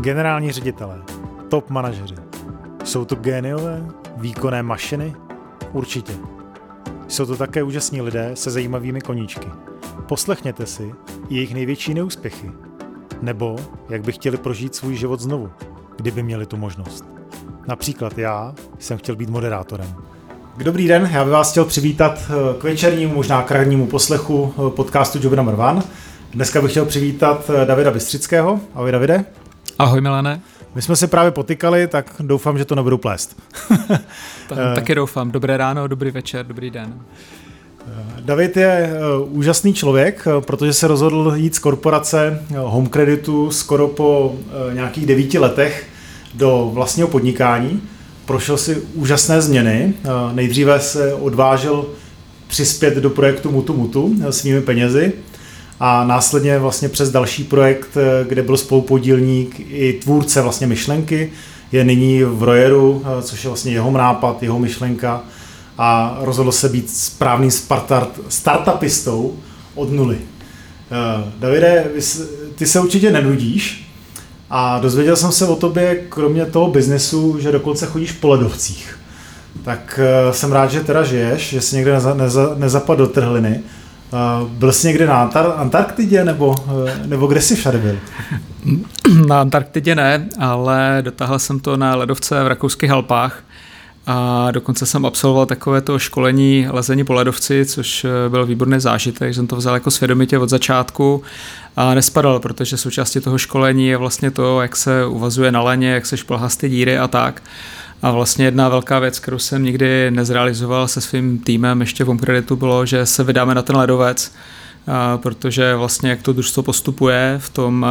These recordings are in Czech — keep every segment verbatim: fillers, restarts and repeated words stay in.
Generální ředitelé, top manažeři. Jsou to géniové, výkonné mašiny? Určitě. Jsou to také úžasní lidé se zajímavými koníčky. Poslechněte si jejich největší neúspěchy. Nebo jak by chtěli prožít svůj život znovu, kdyby měli tu možnost. Například já jsem chtěl být moderátorem. Dobrý den, já bych vás chtěl přivítat k večernímu, možná k rannímu poslechu podcastu Job number one. Dneska bych chtěl přivítat Davida Bystřického. Ahoj Davide. Ahoj Milane. My jsme si právě potykali, tak doufám, že to nebudu plést. Tak, taky doufám. Dobré ráno, dobrý večer, dobrý den. David je úžasný člověk, protože se rozhodl jít z korporace Home Creditu skoro po nějakých devíti letech do vlastního podnikání. Prošel si úžasné změny. Nejdříve se odvážil přispět do projektu Mutu Mutu svými penězi a následně vlastně přes další projekt, kde byl spolupodílník i tvůrce vlastně myšlenky, je nyní v Royeru, což je vlastně jeho nápad, jeho myšlenka, a rozhodl se být správným startupistou od nuly. Davide, ty se určitě nenudíš a dozvěděl jsem se o tobě, kromě toho biznesu, že dokonce chodíš po ledovcích. Tak jsem rád, že teda žiješ, že jsi někde neza, neza, nezapadl do trhliny. Byl jsi někde na Antar- Antarktidě, nebo, nebo kde jsi všade byl? Na Antarktidě ne, ale dotáhl jsem to na ledovce v rakouských Alpách. A dokonce jsem absolvoval takovéto školení lezení po ledovci, což byl výborný zážitek, jsem to vzal jako svědomitě od začátku a nespadal, protože součástí toho školení je vlastně to, jak se uvazuje na laně, jak se šplhá z ty díry a tak. A vlastně jedna velká věc, kterou jsem nikdy nezrealizoval se svým týmem ještě v Home Creditu, bylo, že se vydáme na ten ledovec, protože vlastně jak to družstvo postupuje v tom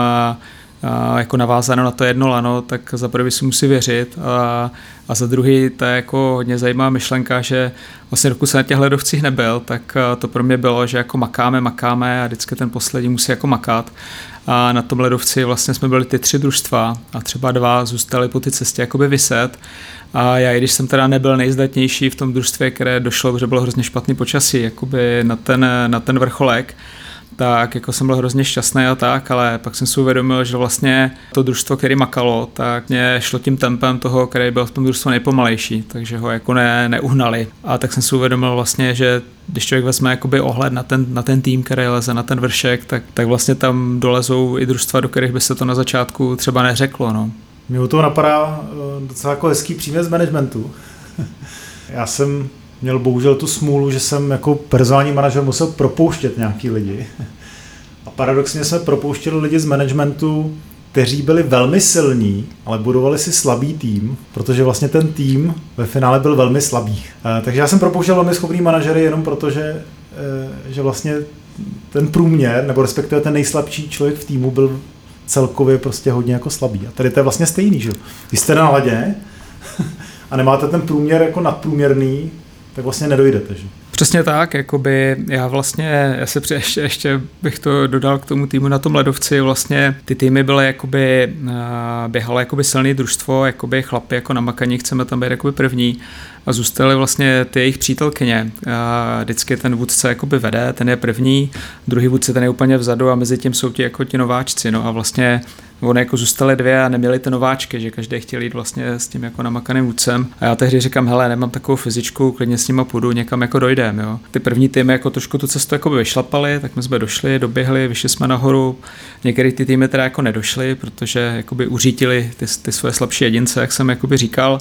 A jako navázáno na to jedno lano, tak za prvý si musí věřit a, a za druhý to je jako hodně zajímavá myšlenka, že vlastně dokud se na těch ledovcích nebyl, tak to pro mě bylo, že jako makáme, makáme a vždycky ten poslední musí jako makat. A na tom ledovci vlastně jsme byli ty tři družstva a třeba dva zůstali po té cestě jakoby viset. A já, i když jsem teda nebyl nejzdatnější v tom družstvě, které došlo, protože bylo hrozně špatný počasí jakoby na ten, na ten vrcholek, tak jako jsem byl hrozně šťastný a tak, ale pak jsem si uvědomil, že vlastně to družstvo, který makalo, tak mě šlo tím tempem toho, který byl v tom družstvu nejpomalejší, takže ho jako ne, neuhnali. A tak jsem si uvědomil vlastně, že když člověk vezme jakoby ohled na ten, na ten tým, který leze na ten vršek, tak, tak vlastně tam dolezou i družstva, do kterých by se to na začátku třeba neřeklo. No. Mě u toho napadá docela jako hezký příměr z managementu. Já jsem měl bohužel tu smůlu, že jsem jako personální manažer musel propouštět nějaký lidi. A paradoxně jsme propouštěli lidi z managementu, kteří byli velmi silní, ale budovali si slabý tým, protože vlastně ten tým ve finále byl velmi slabý. Takže já jsem propouštěl velmi schopný manažery jenom proto, že, že vlastně ten průměr, nebo respektive ten nejslabší člověk v týmu byl celkově prostě hodně jako slabý. A tady to je vlastně stejný, že? Když jste na ladě a nemáte ten průměr jako nadprůměrný, tak vlastně nedojdete, že? Přesně tak, jakoby já vlastně, já se při, ještě, ještě bych to dodal k tomu týmu na tom ledovci, vlastně ty týmy byly jakoby, běhalo jakoby silné družstvo, jakoby chlapi jako namakaní, chceme tam být jakoby první a zůstaly vlastně ty jejich přítelkyně. A vždycky ten vůdce jakoby vede, ten je první, druhý vůdce ten je úplně vzadu a mezi tím jsou ti jako ti nováčci, no a vlastně oni jako zůstali dvě a neměli ty nováčky, že každý chtěl jít vlastně s tím jako namakaným vůdcem. A já tehdy říkám, hele, nemám takovou fyzičku, klidně s nima půjdu, někam jako dojdem, jo. Ty první týmy jako trošku tu cestu jako by vyšlapali, tak my jsme došli, doběhli, vyšli jsme nahoru. Některé ty týmy teda jako nedošly, protože jakoby uřítili ty, ty svoje slabší jedince, jak jsem jakoby říkal.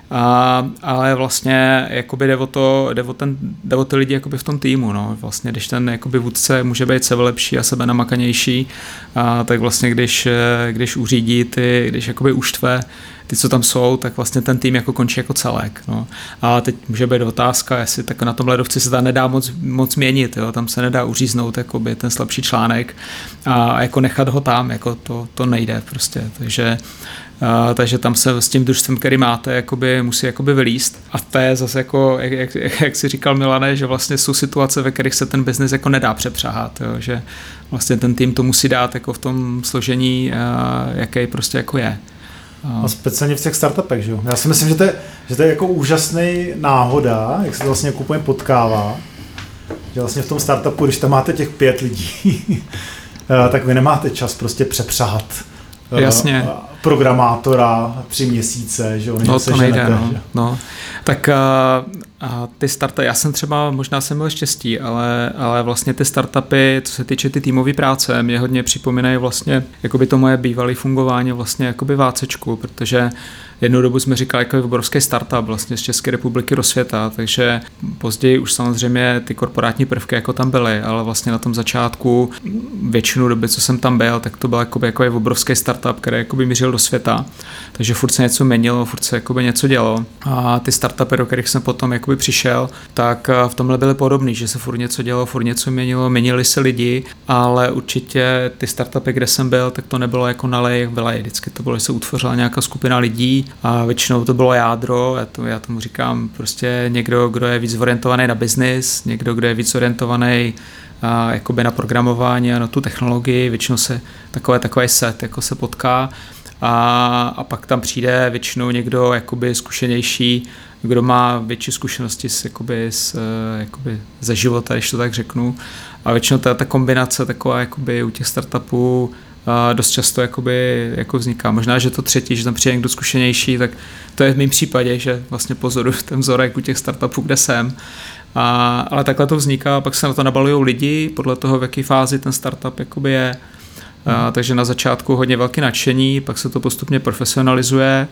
A, ale vlastně jakoby jde o to, jde o, ten, jde o ty lidi jakoby v tom týmu, no. Vlastně když ten jakoby vůdce může být sebelepší a sebe namakanější, a tak vlastně když, když uřídí ty, když jakoby uštve ty, co tam jsou, tak vlastně ten tým jako končí jako celek, no. A teď může být otázka, jestli tak na tom ledovci se tam nedá moc, moc měnit, jo. Tam se nedá uříznout jakoby ten slabší článek a jako nechat ho tam, jako to, to nejde prostě, takže Uh, takže tam se s tím družstvem, který máte, jakoby, musí jakoby vylíst. A to je zase jako, jak, jak, jak si říkal Milane, že vlastně jsou situace, ve kterých se ten biznis jako nedá přepřáhat, jo? Že vlastně ten tým to musí dát jako v tom složení, uh, jaký prostě jako je. Uh. A speciálně v těch startupech, že jo? Já si myslím, že to je, že to je jako úžasný náhoda, jak se to vlastně jako úplně potkává, že vlastně v tom startupu, když tam máte těch pět lidí, tak vy nemáte čas prostě přepřáhat. Jasně. programátora tři měsíce, že on no, to nejde, no. no. Tak a, a ty startupy, já jsem třeba, možná jsem měl štěstí, ale, ale vlastně ty startupy, co se týče ty týmové práce, mě hodně připomínají vlastně jakoby to moje bývalé fungování vlastně jakoby v ACčku, protože jednu dobu jsme říkali jako obrovský startup vlastně z České republiky do světa, takže později už samozřejmě ty korporátní prvky jako tam byly, ale vlastně na tom začátku většinu doby, co jsem tam byl, tak to byl jakoby, jako obrovský startup, který jakoby mířil do světa, takže furt se něco měnilo, furt se jakoby něco dělo a ty startupy, do kterých jsem potom jakoby přišel, tak v tomhle byly podobný, že se furt něco dělo, furt něco měnilo, měnili se lidi, ale určitě ty startupy, kde jsem byl, tak to nebylo jako nalej, jak byla, vždycky to bylo, že se utvořila nějaká skupina lidí a většinou to bylo jádro, já, to, já tomu říkám prostě někdo, kdo je víc orientovaný na biznis, někdo, kdo je víc orientovaný a, jakoby na programování a na tu technologii, většinou se takové, takový set jako se potká a, a pak tam přijde většinou někdo jakoby zkušenější, kdo má větší zkušenosti s, jakoby, s, jakoby ze života, když to tak řeknu. A většinou ta, ta kombinace taková jakoby u těch startupů a dost často jakoby, jako vzniká. Možná, že to třetí, že tam přijde někdo zkušenější, tak to je v mém případě, že vlastně pozoruju ten vzorek u těch startupů, kde jsem. A, ale takhle to vzniká, pak se na to nabalují lidi, podle toho, v jaké fázi ten startup jakoby je. A, takže na začátku hodně velké nadšení, pak se to postupně profesionalizuje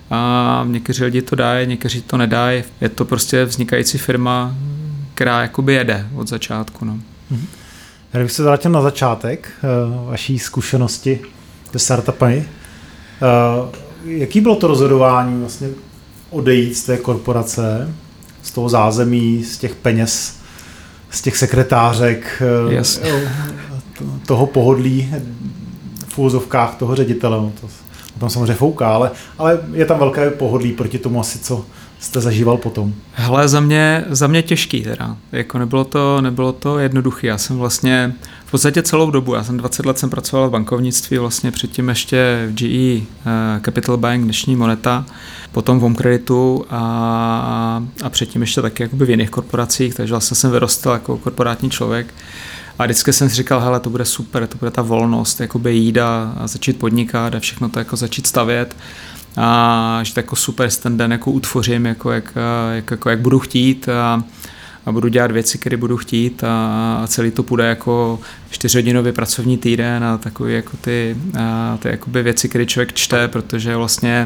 a někteří lidi to dají, někteří to nedají. Je to prostě vznikající firma, která jakoby jede od začátku. No. Mm-hmm. Kdybych se vrátil na začátek uh, vaší zkušenosti se startupy, uh, jaký bylo to rozhodování vlastně odejít z té korporace, z toho zázemí, z těch peněz, z těch sekretářek, uh, yes. toho pohodlí v úvozovkách toho ředitele. No to, to tam samozřejmě fouká, ale, ale je tam velké pohodlí proti tomu asi, co jste zažíval potom. Hele, za mě, za mě těžký teda. Jako nebylo to, nebylo to jednoduché. Já jsem vlastně v podstatě celou dobu, já jsem dvacet let jsem pracoval v bankovnictví, vlastně předtím ještě v G E uh, Capital Bank, dnešní Moneta, potom v Home Creditu a, a předtím ještě taky jakoby v jiných korporacích, takže vlastně jsem vyrostl jako korporátní člověk. A vždycky jsem si říkal, hele, to bude super, to bude ta volnost, jakoby jít a, a začít podnikat a všechno to jako začít stavět. A že to jako super ten den jako utvořím, jako jak, jak, jako jak budu chtít a, a budu dělat věci, které budu chtít a, a celý to půjde jako čtyřhodinový pracovní týden a takové jako ty, a, ty jakoby věci, které člověk čte, protože vlastně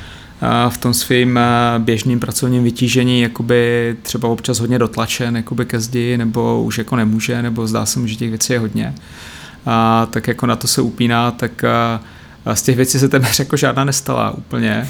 a v tom svým běžným pracovním vytížení jakoby třeba občas hodně dotlačen jakoby ke zdi, nebo už jako nemůže, nebo zdá se mu, že těch věcí je hodně. A tak jako na to se upíná, tak a, a z těch věcí se téměř jako žádná nestala úplně.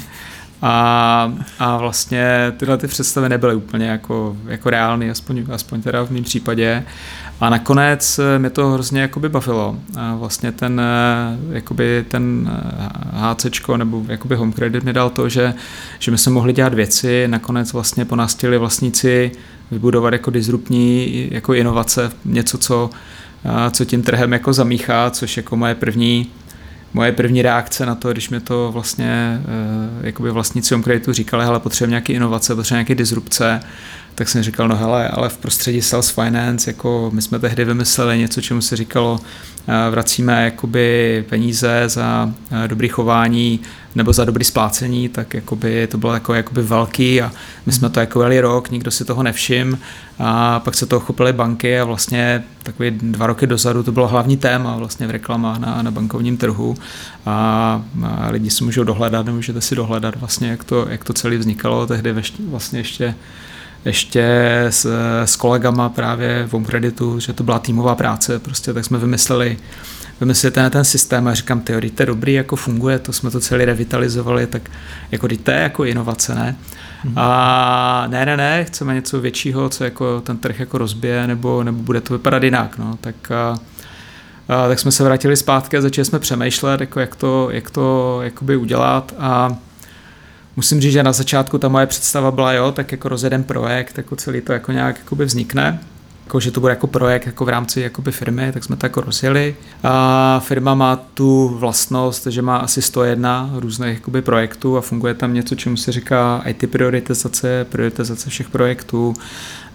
A, a vlastně tyhle ty představy nebyly úplně jako, jako reálný, aspoň, aspoň teda v mém případě. A nakonec mě to hrozně jakoby bavilo. A vlastně ten, jakoby ten HCčko nebo jakoby Home Credit mi dal to, že, že my jsme mohli dělat věci, nakonec vlastně po nás chtěli vlastníci vybudovat jako disruptní jako inovace, něco, co, co tím trhem jako zamíchá, což jako moje první Moje první reakce na to, když mi to vlastně jakoby vlastníci Home Creditu říkali, hele, potřebujeme nějaké inovace, potřebujeme nějaké disrupce, tak jsem říkal, no hele, ale v prostředí sales finance, jako my jsme tehdy vymysleli něco, čemu se říkalo, vracíme jakoby peníze za dobrý chování nebo za dobrý splácení, tak jakoby to bylo jako, jakoby velký a my jsme to jako jeli rok, nikdo si toho nevšiml a pak se toho chopily banky a vlastně takový dva roky dozadu to bylo hlavní téma vlastně v reklamách na, na bankovním trhu a, a lidi si můžou dohledat, nemůžete si dohledat vlastně, jak to, jak to celé vznikalo, tehdy vlastně ještě ještě s, s kolegama právě v Home Creditu, že to byla týmová práce, prostě tak jsme vymysleli, vymysleli ten, ten systém a říkám, teorie, to je dobrý, jako funguje, to jsme to celé revitalizovali, tak jako to je jako inovace, ne? Mm-hmm. A ne, ne, ne, chceme něco většího, co jako ten trh jako rozbije, nebo, nebo bude to vypadat jinak, no, tak a, a, tak jsme se vrátili zpátky a začali jsme přemýšlet, jako jak to, jak to jakoby udělat a musím říct, že na začátku ta moje představa byla, jo, tak jako rozjedem projekt, jako celý to jako nějak jakoby vznikne, jako, že to bude jako projekt jako v rámci jakoby firmy, tak jsme to jako rozjeli. A firma má tu vlastnost, že má asi sto jedna různých jakoby projektů a funguje tam něco, čemu se říká I T prioritizace, prioritizace všech projektů.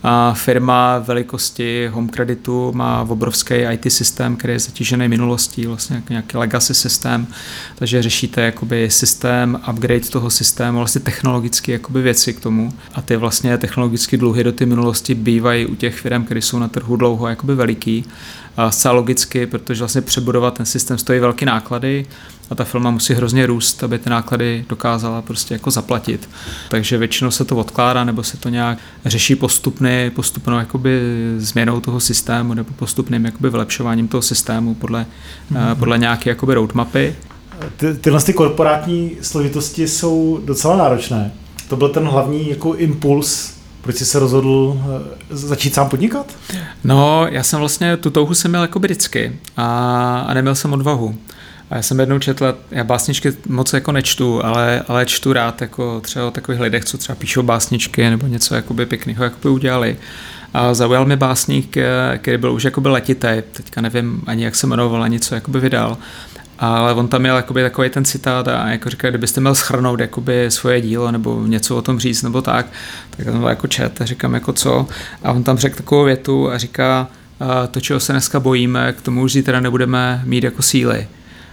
a firma velikosti Home Creditu má obrovský í té systém, který je zatížený minulostí, vlastně nějaký legacy systém, takže řešíte jakoby systém, upgrade toho systému, vlastně technologické jakoby věci k tomu a ty vlastně technologické dluhy do té minulosti bývají u těch firm, které jsou na trhu dlouho jakoby veliký. A zcela logicky, protože vlastně přebudovat ten systém stojí velké náklady a ta firma musí hrozně růst, aby ty náklady dokázala prostě jako zaplatit. Takže většinou se to odkládá nebo se to nějak řeší postupně, postupnou jakoby změnou toho systému nebo postupným jakoby vylepšováním toho systému podle, mm-hmm. podle nějaké jakoby roadmapy. Ty, tyhle ty korporátní složitosti jsou docela náročné. To byl ten hlavní jako impuls. Proč jsi se rozhodl začít sám podnikat? No, já jsem vlastně, tu touhu jsem měl jako vždycky a, a neměl jsem odvahu. A já jsem jednou četl, já básničky moc jako nečtu, ale, ale čtu rád jako třeba o takových lidech, co třeba píšou básničky nebo něco jakoby pěkného jakoby udělali. A zaujal mě básník, který byl už jakoby letitý, teďka nevím ani jak se jmenoval, ani co jakoby vydal. Ale on tam měl jakoby takový ten citát a jako říkal, kdybyste měl shrnout jakoby svoje dílo nebo něco o tom říct nebo tak, tak on jako čet a říkám jako co a on tam řekl takovou větu a říká, to, čeho se dneska bojíme, k tomu už zítra nebudeme mít jako síly.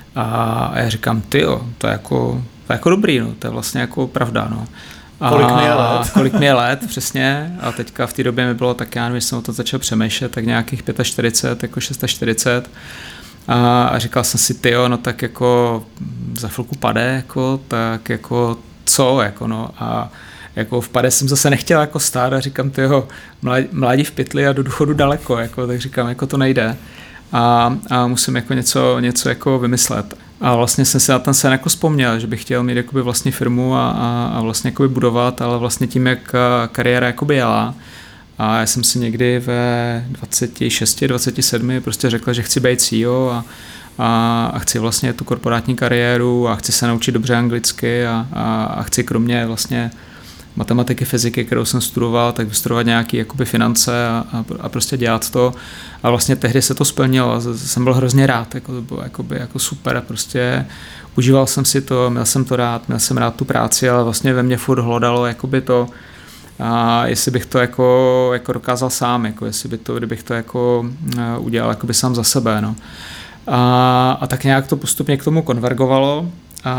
A já říkám, tyjo, to je jako, to je jako dobrý, no, to je vlastně jako pravda, no. A kolik mi je let? kolik mi je let, přesně. A teďka v té době mi bylo tak, já nevím, jsem o to začal přemýšlet, tak nějakých čtyřicet pět, jako čtyřicet šest. A, a říkal jsem si, tyjo, no tak jako za chvilku pade, jako, tak jako co, jako no a jako v pade jsem zase nechtěl jako stát a říkám, tyjo, mládí v pytli a do důchodu daleko, jako, tak říkám, jako to nejde a, a musím jako něco, něco jako vymyslet. A vlastně jsem si na ten sen jako vzpomněl, že bych chtěl mít jakoby vlastní firmu a, a, a vlastně jakoby budovat, ale vlastně tím, jak kariéra jakoby jela, a já jsem si někdy ve dvacet šest, dvacet sedm prostě řekl, že chci být C E O a, a, a chci vlastně tu korporátní kariéru a chci se naučit dobře anglicky a, a, a chci kromě vlastně matematiky, fyziky, kterou jsem studoval, tak vystudovat nějaké jakoby finance a, a, a prostě dělat to. A vlastně tehdy se to splnilo a jsem byl hrozně rád, jako to bylo jakoby, jako super. Prostě užíval jsem si to, měl jsem to rád, měl jsem rád tu práci, ale vlastně ve mně furt hlodalo jakoby to, a jestli bych to jako, jako dokázal sám, jako jestli by to, kdybych to jako udělal jakoby sám za sebe, no. A, a tak nějak to postupně k tomu konvergovalo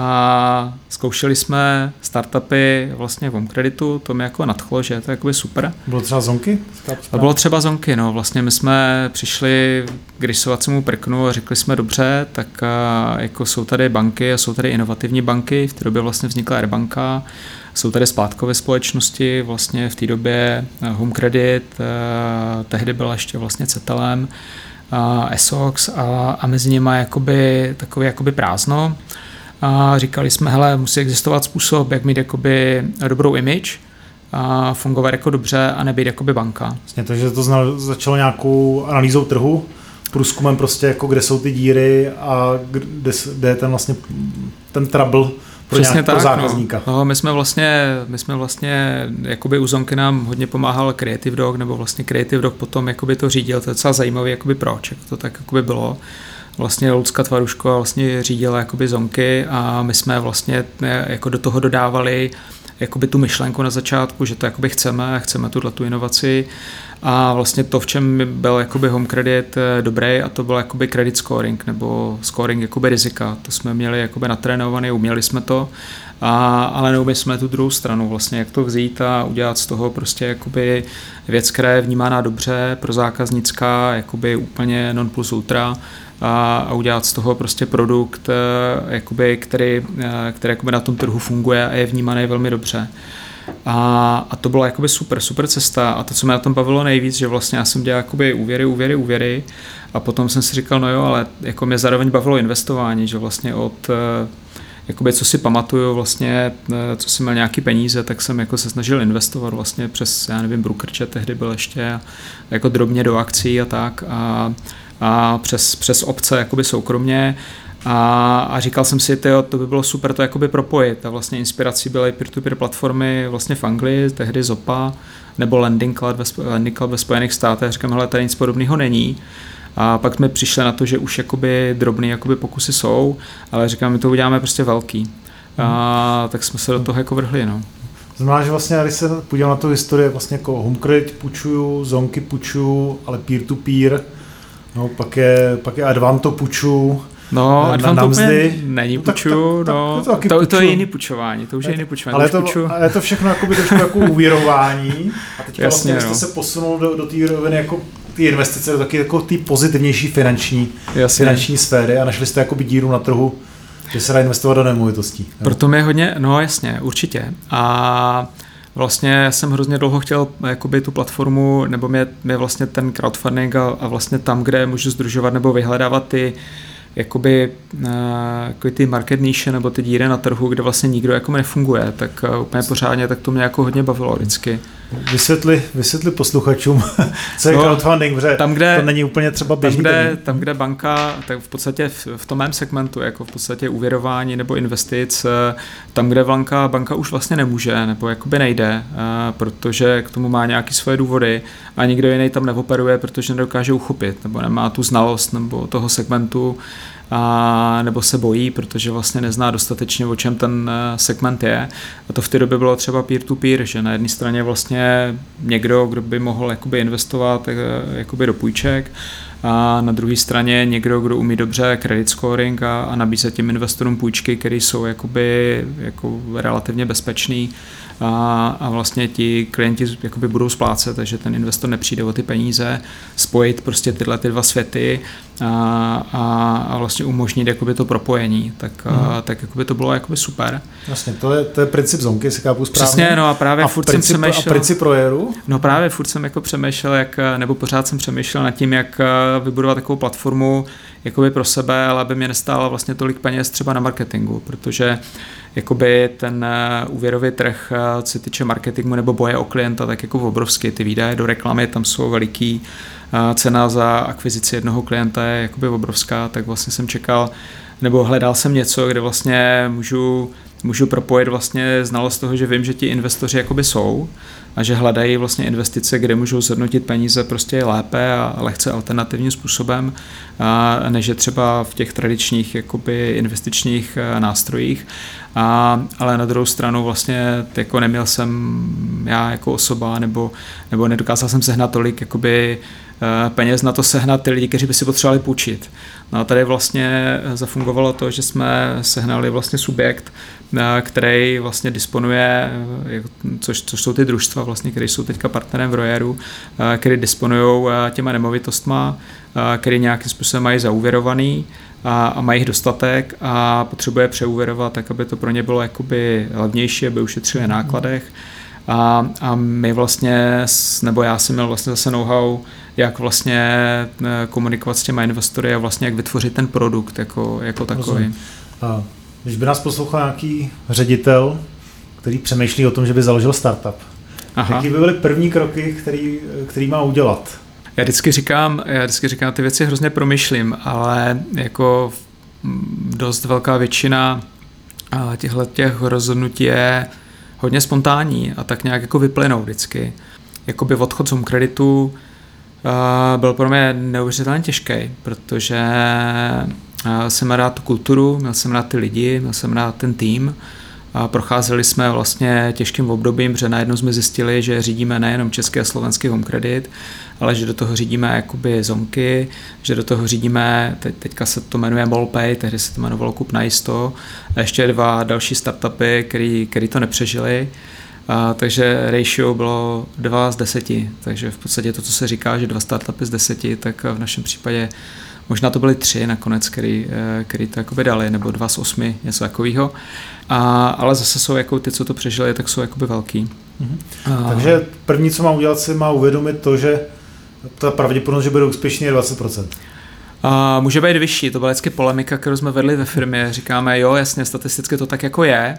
a zkoušeli jsme startupy vlastně v Home Creditu, to mě jako nadchlo, že je to jakoby super. Bylo třeba Zonky? To bylo třeba Zonky, no, vlastně my jsme přišli k rysovacímu prknu a řekli jsme dobře, tak jako jsou tady banky a jsou tady inovativní banky, v té době vlastně vznikla Airbanka, jsou tady splátkové společnosti, vlastně v té době Home Credit, tehdy byla ještě vlastně Cetelem, Essox a, a mezi nimi jakoby, takový jakoby prázdno. A říkali jsme, hele, musí existovat způsob, jak mít jakoby dobrou image a fungovat jako dobře a nebýt jakoby banka. Vlastně, takže to znal, začalo nějakou analýzou trhu, průzkumem prostě, jako kde jsou ty díry a kde, kde je ten vlastně ten trouble pro, nějak, tak, pro zákazníka. No. No, my jsme vlastně, my jsme vlastně, jakoby u Zonky nám hodně pomáhal Creative Dog, nebo vlastně Creative Dog potom jakoby to řídil, to je docela zajímavý, jakoby proč, jak to tak jakoby bylo. Vlastně Lucka Tvaruško vlastně řídila jakoby Zonky a my jsme vlastně jako do toho dodávali jakoby tu myšlenku na začátku, že to jakoby chceme, chceme tuto inovaci a vlastně to, v čem byl jakoby Home Credit dobrý, a to byl jakoby credit scoring nebo scoring jakoby rizika. To jsme měli jakoby natrénovaný, uměli jsme to, a, ale neuměli jsme tu druhou stranu, vlastně jak to vzít a udělat z toho prostě jakoby věc, která je vnímána dobře, pro zákaznická, jakoby úplně non plus ultra, a, a udělat z toho prostě produkt, jakoby, který, který jakoby na tom trhu funguje a je vnímaný velmi dobře. A, a to byla jakoby super, super cesta a to, co mě na tom bavilo nejvíc, že vlastně já jsem dělal jakoby úvěry, úvěry, úvěry a potom jsem si říkal, no jo, ale jako mě zároveň bavilo investování, že vlastně od, jakoby co si pamatuju vlastně, co si měl nějaký peníze, tak jsem jako se snažil investovat vlastně přes, já nevím, brokerče tehdy byl ještě, jako drobně do akcí a tak a, a přes, přes obce jakoby soukromně. A, a říkal jsem si, tyjo, to by bylo super to jakoby propojit a vlastně inspirací byly peer-to-peer platformy vlastně v Anglii, tehdy Zopa nebo Lending Club ve, Lending Club ve Spojených státech. Říkám, hele, tady nic podobného není. A pak jsme přišli na to, že už jakoby drobný jakoby pokusy jsou, ale říkám, my to uděláme prostě velký. A tak jsme se do toho jako vrhli, no. Znamená, že vlastně, když se podívám na tu historii, vlastně jako home credit půjčuju, zonky půjčuju, ale peer-to-peer, no, pak je, pak je Advanto půjčuju, No, na, Advanto na mzdy. Není No, tak, půjčuju, tak, no, tak, to, to, to je půjčuju. jiný půjčování, to už je jiný půjčování. Ale je to, půjčuju. je to všechno jakoby trošku jako uvěrování a teďka Jasně, vlastně no. jste se posunul do, do té roviny jako ty investice, do taky jako ty pozitivnější finanční, Jasně. finanční sféry a našli jste jakoby díru na trhu, že se dá investovat do nemovitostí. Jo? Proto mi je hodně, no jasně, určitě. A vlastně jsem hrozně dlouho chtěl jakoby tu platformu, nebo mě, mě vlastně ten crowdfunding a, a vlastně tam, kde můžu sdružovat nebo vyhledávat ty jakoby jako ty market niche nebo ty díry na trhu, kde vlastně nikdo jako nefunguje, tak úplně pořádně, tak to mě jako hodně bavilo vždycky. Vysvětli, vysvětli posluchačům, co je no, crowdfunding, protože tam, kde, to není úplně třeba běžný. Tam kde, tam, kde banka, tak v podstatě v, v tom mém segmentu, jako v podstatě úvěrování nebo investic, tam, kde banka, banka už vlastně nemůže, nebo jakoby nejde, protože k tomu má nějaké svoje důvody a nikdo jiný tam neoperuje, protože nedokáže uchopit, nebo nemá tu znalost nebo toho segmentu, a nebo se bojí, protože vlastně nezná dostatečně, o čem ten segment je. A to v té době bylo třeba peer-to-peer, že na jedné straně vlastně někdo, kdo by mohl jakoby investovat jakoby do půjček, a na druhé straně někdo, kdo umí dobře credit scoring a, a nabízet těm investorům půjčky, které jsou jakoby, jako relativně bezpečný a, a vlastně ti klienti jakoby budou splácet, takže ten investor nepřijde o ty peníze, spojit prostě tyhle ty dva světy a, a, a vlastně umožnit jakoby to propojení, tak, mm. a, tak jakoby to bylo jakoby super. Vlastně, to je, to je princip zonky, jestli chápu správně. Přesně, no a právě a furt princip, jsem přemýšlel. A princip Royeru? No právě furt jsem jako přemýšlel, jak, nebo pořád jsem přemýšlel nad tím, jak vybudovat takovou platformu jakoby pro sebe, ale aby mě nestála vlastně tolik peněz třeba na marketingu, protože jakoby ten úvěrový trh, co se týče marketingu nebo boje o klienta, tak jako obrovský. Ty výdaje do reklamy tam jsou veliký, cena za akvizici jednoho klienta je jakoby obrovská, tak vlastně jsem čekal, nebo hledal jsem něco, kde vlastně můžu můžu propojit vlastně znalost toho, že vím, že ti investoři jakoby jsou a že hledají vlastně investice, kde můžou zhodnotit peníze prostě lépe a lehce alternativním způsobem, a než je třeba v těch tradičních jakoby investičních nástrojích. A, ale na druhou stranu vlastně jako neměl jsem já jako osoba nebo, nebo nedokázal jsem sehnat tolik jakoby peněz na to sehnat ty lidi, kteří by si potřebovali půjčit. No a tady vlastně zafungovalo to, že jsme sehnali vlastně subjekt, který vlastně disponuje, což, což jsou ty družstva vlastně, které jsou teďka partnerem v Royeru, který disponují těma nemovitostma, který nějakým způsobem mají zaúvěrovaný a, a mají jich dostatek a potřebuje přeúvěrovat tak, aby to pro ně bylo jakoby levnější, aby ušetřili nákladech. A, a my vlastně, nebo já jsem měl vlastně zase know-how, jak vlastně komunikovat s těma investory a vlastně jak vytvořit ten produkt jako, jako takový. A když by nás poslouchal nějaký ředitel, který přemýšlí o tom, že by založil startup, Aha. jaký by byly první kroky, který, který má udělat? Já vždycky říkám, já vždycky říkám, ty věci hrozně promyšlím, ale jako dost velká většina těchto těch rozhodnutí je hodně spontánní a tak nějak jako vyplynou vždycky. Jakoby odchod z home kreditu uh, byl pro mě neuvěřitelně těžký, protože uh, jsem rád tu kulturu, měl jsem rád ty lidi, měl jsem rád ten tým. A procházeli jsme vlastně těžkým obdobím, protože najednou jsme zjistili, že řídíme nejenom český a slovenský home credit, ale že do toho řídíme jakoby zonky, že do toho řídíme, teď, teďka se to jmenuje MallPay, tehdy se to jmenovalo Kup najisto, a ještě dva další startupy, který, který to nepřežili. A, takže ratio bylo dva z deseti, takže v podstatě to, co se říká, že dva startupy z deseti, tak v našem případě možná to byly tři nakonec, který, který to jakoby dali, nebo dva z osmi, něco takového. A, ale zase jsou jako ty, co to přežili, tak jsou jakoby velký. Mhm. A... Takže první, co má udělat, si má uvědomit to, že ta pravděpodobnost, že bude úspěšný, je dvacet procent. Uh, může být vyšší, to byla vždycky polemika, kterou jsme vedli ve firmě, říkáme, jo, jasně, statisticky to tak jako je,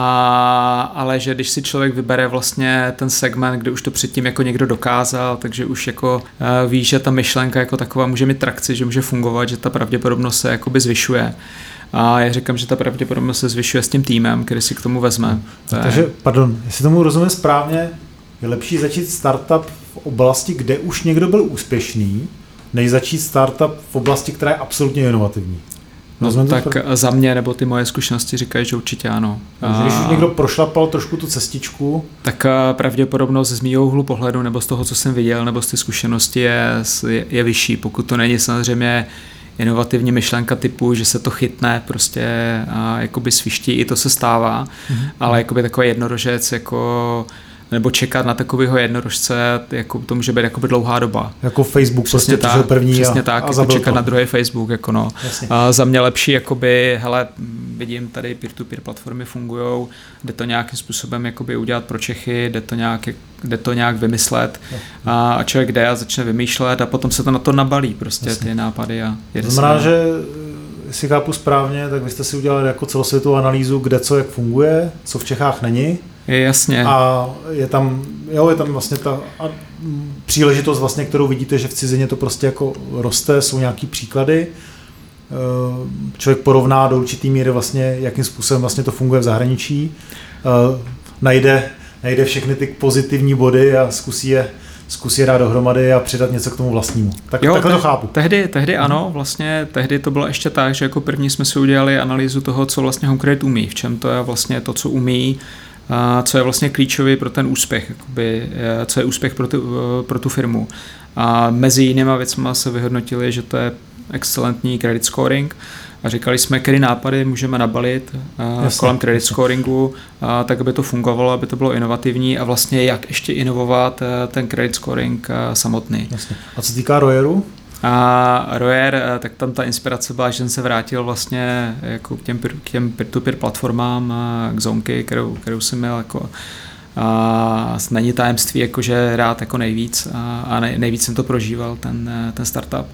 a, ale že když si člověk vybere vlastně ten segment, kde už to předtím jako někdo dokázal, takže už jako uh, ví, že ta myšlenka jako taková může mít trakci, že může fungovat, že ta pravděpodobnost se jakoby zvyšuje. A já říkám, že ta pravděpodobnost se zvyšuje s tím týmem, který si k tomu vezme. To Takže, je... pardon, jestli tomu rozumím správně, je lepší začít startup v oblasti, kde už někdo byl úspěšný, než začít startup v oblasti, která je absolutně inovativní. No, tak za mě, nebo ty moje zkušenosti říkají, že určitě ano. Takže když už někdo prošlapal trošku tu cestičku, tak pravděpodobnost z mýho úhlu pohledu, nebo z toho, co jsem viděl, nebo z ty zkušenosti je, je, je vyšší. Pokud to není samozřejmě inovativní myšlenka typu, že se to chytne prostě a jakoby sviští, i to se stává, mm-hmm. ale jakoby takový jednorožec, jako nebo čekat na takového jednorožce, jako to může být jakoby dlouhá doba. Jako Facebook přesně prostě tak, první přesně a, tak, a jako čekat to. Na druhý Facebook, jako no. A za mě lepší, jakoby, hele, vidím tady peer-to-peer platformy fungujou, jde to nějakým způsobem jakoby udělat pro Čechy, jde to nějak, jde to nějak vymyslet a, a člověk jde a začne vymýšlet a potom se to na to nabalí prostě Jasně. ty nápady a jede se. Znamená, že si chápu správně, tak vy jste si udělali jako celosvětovou analýzu, kde co jak funguje, co v Čechách není. Je jasně. A je tam, jo, je tam vlastně ta a příležitost, vlastně, kterou vidíte, že v cizině to prostě jako roste, jsou nějaký příklady. Člověk porovná do určitý míry vlastně, jakým způsobem vlastně to funguje v zahraničí. Najde, najde všechny ty pozitivní body a zkusí je, zkusí je dát dohromady a přidat něco k tomu vlastnímu. Tak, jo, takhle te- to chápu. Tehdy, tehdy ano, vlastně tehdy to bylo ještě tak, že jako první jsme si udělali analýzu toho, co vlastně HomeCredit umí, v čem to je vlastně to, co umí, a co je vlastně klíčový pro ten úspěch, jakoby, co je úspěch pro tu, pro tu firmu. A mezi jinýma věcma se vyhodnotili, že to je excelentní credit scoring a říkali jsme, který nápady můžeme nabalit jasně, kolem credit jasně. scoringu, a tak, aby to fungovalo, aby to bylo inovativní a vlastně jak ještě inovovat ten credit scoring samotný. Jasně. A co se týká Royeru? A Royer, tak tam ta inspirace byla, že jsem se vrátil vlastně jako k těm, k těm peer-to-peer platformám, k Zonky, kterou, kterou jsem měl jako a není tajemství, jakože rád jako nejvíc a, a nej, nejvíc jsem to prožíval, ten, ten startup.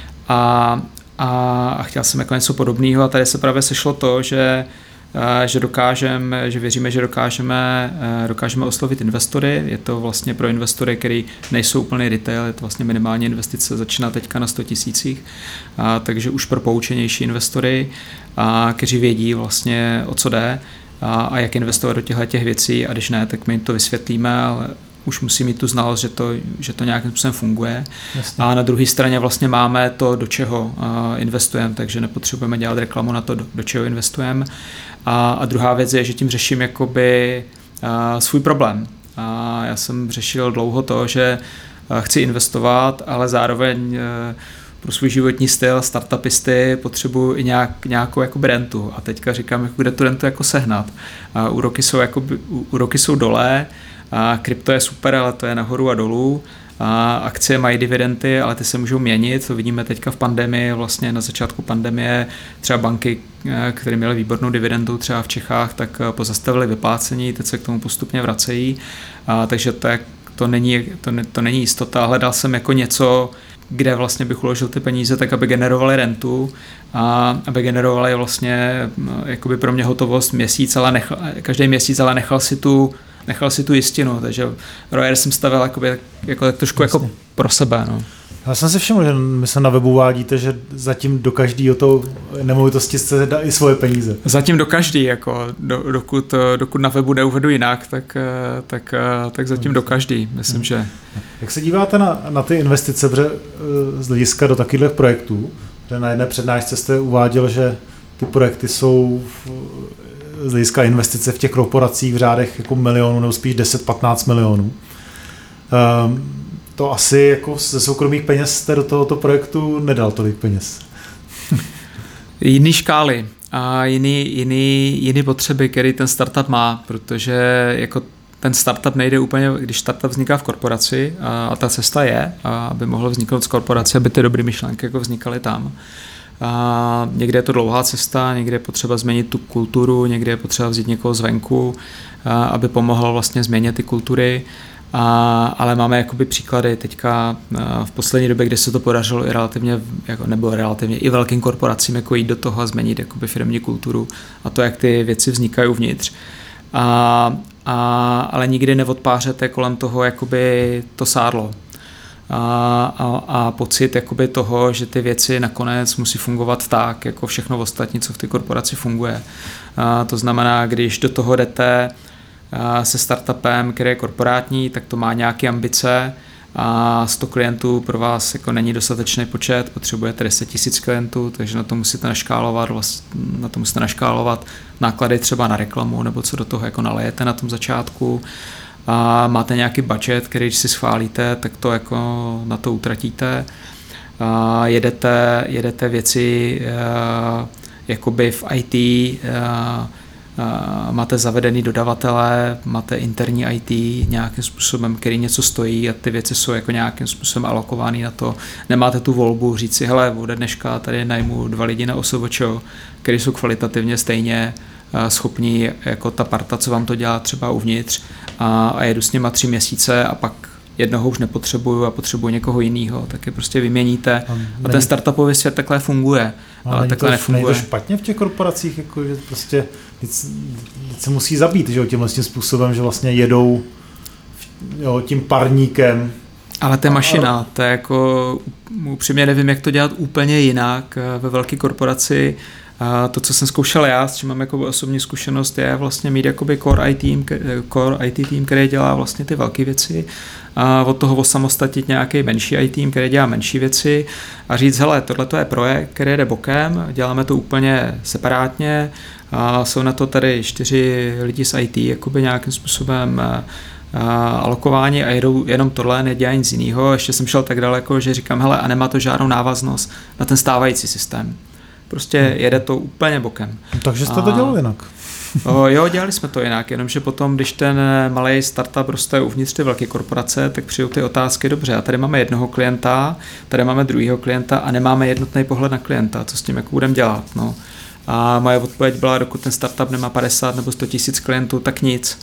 A, a, a chtěl jsem jako něco podobného a tady se právě sešlo to, že že dokážeme, že věříme, že dokážeme, dokážeme oslovit investory. Je to vlastně pro investory, který nejsou úplný retail, je to vlastně minimální investice, začíná teďka na sto tisících, a, takže už pro poučenější investory, a, kteří vědí vlastně, o co jde a, a jak investovat do těchto těch věcí a když ne, tak my jim to vysvětlíme, ale už musí mít tu znalost, že to, že to nějakým způsobem funguje. Jasně. A na druhé straně vlastně máme to, do čeho uh, investujeme, takže nepotřebujeme dělat reklamu na to, do, do čeho investujeme. A, a druhá věc je, že tím řeším jakoby uh, svůj problém. A já jsem řešil dlouho to, že uh, chci investovat, ale zároveň uh, pro svůj životní styl startupisty potřebuji i nějak, nějakou jakoby rentu. A teďka říkám, jako, kde tu rentu jako sehnat. A úroky jsou, jakoby, úroky jsou dole, a krypto je super, ale to je nahoru a dolů. A akcie mají dividendy, ale ty se můžou měnit. To vidíme teďka v pandemii, vlastně na začátku pandemie třeba banky, které měly výbornou dividendu třeba v Čechách, tak pozastavily vyplácení, teď se k tomu postupně vracejí. A takže to, je, to, není, to, ne, to není jistota. Hledal jsem jako něco, kde vlastně bych uložil ty peníze tak, aby generovaly rentu a aby generovaly vlastně jakoby pro mě hotovost měsíc, ale nechal, každý měsíc, ale nechal si tu nechal si tu jistinu, takže Royer jsem stavil jakoby, jako, tak trošku jako pro sebe. No. Já jsem si všiml, že my se na webu uvádíte, že zatím do každého to nemovitosti jste dá i svoje peníze. Zatím do každý, jako do, dokud, dokud na webu neuvedu jinak, tak, tak, tak zatím do každý, myslím, hmm. že. Jak se díváte na, na ty investice bře, z hlediska do takových projektů, že na jedné přednášce jste uváděl, že ty projekty jsou v, z hlediska investice v těch korporacích v řádech jako milionů nebo spíš deset patnáct milionů. Um, to asi jako ze soukromých peněz jste do tohoto projektu nedal tolik peněz. Jiný škály a jiný, jiný, jiný potřeby, který ten startup má, protože jako ten startup nejde úplně, když startup vzniká v korporaci a, a ta cesta je, a aby mohlo vzniknout z korporace, aby ty dobré myšlenky jako vznikaly tam. A někde je to dlouhá cesta, někde je potřeba změnit tu kulturu, někde je potřeba vzít někoho zvenku, a, aby pomohl vlastně změnit ty kultury. A, ale máme jakoby příklady teďka v poslední době, kde se to podařilo i relativně, jako, nebo relativně i velkým korporacím jako jít do toho a změnit jakoby firemní kulturu a to, jak ty věci vznikají uvnitř. A, a, ale nikdy neodpářete kolem toho jakoby to sádlo. A, a, a pocit jakoby toho, že ty věci nakonec musí fungovat tak, jako všechno ostatní, co v té korporaci funguje. A to znamená, když do toho jdete se startupem, který je korporátní, tak to má nějaké ambice a sto klientů pro vás jako není dostatečný počet, potřebujete deset tisíc klientů, takže na to musíte naškálovat, na to musíte naškálovat náklady třeba na reklamu, nebo co do toho jako nalejete na tom začátku. A máte nějaký budget, který když si schválíte, tak to jako na to utratíte. A jedete, jedete věci uh, jakoby v í té, uh, uh, máte zavedený dodavatele, máte interní í té nějakým způsobem, který něco stojí a ty věci jsou jako nějakým způsobem alokovaný na to. Nemáte tu volbu říct si, hele, ode dneška tady najmu dva lidi na O S V Č, který jsou kvalitativně stejně schopní jako ta parta, co vám to dělá třeba uvnitř a, a jedu s něma tři měsíce a pak jednoho už nepotřebuju a potřebuju někoho jiného, tak je prostě vyměníte a, a ten startupový svět takhle funguje, ale, ale takhle to, nefunguje. Není to špatně v těch korporacích, jako, že prostě nic, nic se musí zabít, že, tímhle tím způsobem, že vlastně jedou jo, tím parníkem. Ale to je mašina, to je jako, upřímně nevím, jak to dělat úplně jinak ve velké korporaci. A to, co jsem zkoušel já, s čím mám jako osobní zkušenost, je vlastně mít jakoby core í té tým, core í té tým, který dělá vlastně ty velké věci a od toho osamostatnit nějaký menší í té tým, který dělá menší věci a říct, hele, tohle je projekt, který jde bokem, děláme to úplně separátně a jsou na to tady čtyři lidi z í té jakoby nějakým způsobem alokování a jedou jenom tohle, nedělají nic jiného. Ještě jsem šel tak daleko, že říkám, hele, a nemá to žádnou návaznost na ten stávající systém. Prostě jede to úplně bokem. Takže jste to dělali jinak. O, jo, dělali jsme to jinak, jenomže potom, když ten malý startup roste uvnitř ty velké korporace, tak přijou ty otázky, dobře, a tady máme jednoho klienta, tady máme druhého klienta a nemáme jednotný pohled na klienta, co s tím jako budeme dělat. No. A moje odpověď byla, dokud ten startup nemá padesát nebo sto tisíc klientů, tak nic.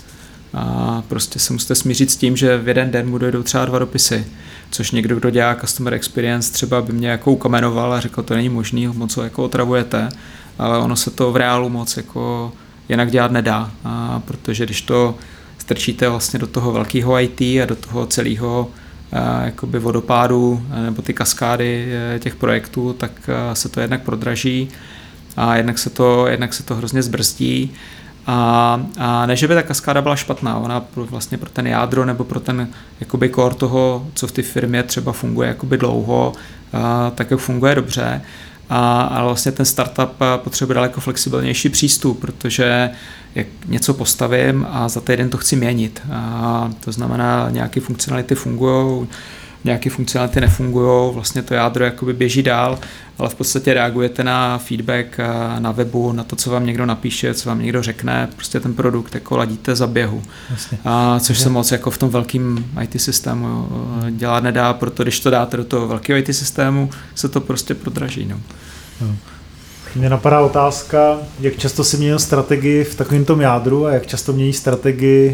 A prostě se musíte smířit s tím, že v jeden den mu dojdou třeba dva dopisy, což někdo, kdo dělá customer experience, třeba by mě jako ukamenoval a řekl, to není možný, moc ho jako otravujete, ale ono se to v reálu moc jako jinak dělat nedá, a protože když to strčíte vlastně do toho velkého í té a do toho celého jakoby vodopádu nebo ty kaskády těch projektů, tak se to jednak prodraží a jednak se to, jednak se to hrozně zbrzdí. A, a ne, že by ta kaskáda byla špatná, ona pro, vlastně pro ten jádro nebo pro ten jakoby core toho, co v té firmě třeba funguje jakoby dlouho, a, tak jak funguje dobře. A, ale vlastně ten startup potřebuje daleko flexibilnější přístup, protože jak něco postavím a za týden to chci měnit. A to znamená, nějaké funkcionality fungují, nějaké funkcionality nefungují, vlastně to jádro jakoby běží dál, ale v podstatě reagujete na feedback na webu, na to, co vám někdo napíše, co vám někdo řekne, prostě ten produkt jako ladíte za běhu. A což se moc jako v tom velkým í té systému dělat nedá, proto když to dáte do toho velkého í té systému, se to prostě prodraží. No. No. Mně napadá otázka, jak často si měnil strategii v takovém tom jádru a jak často mění strategii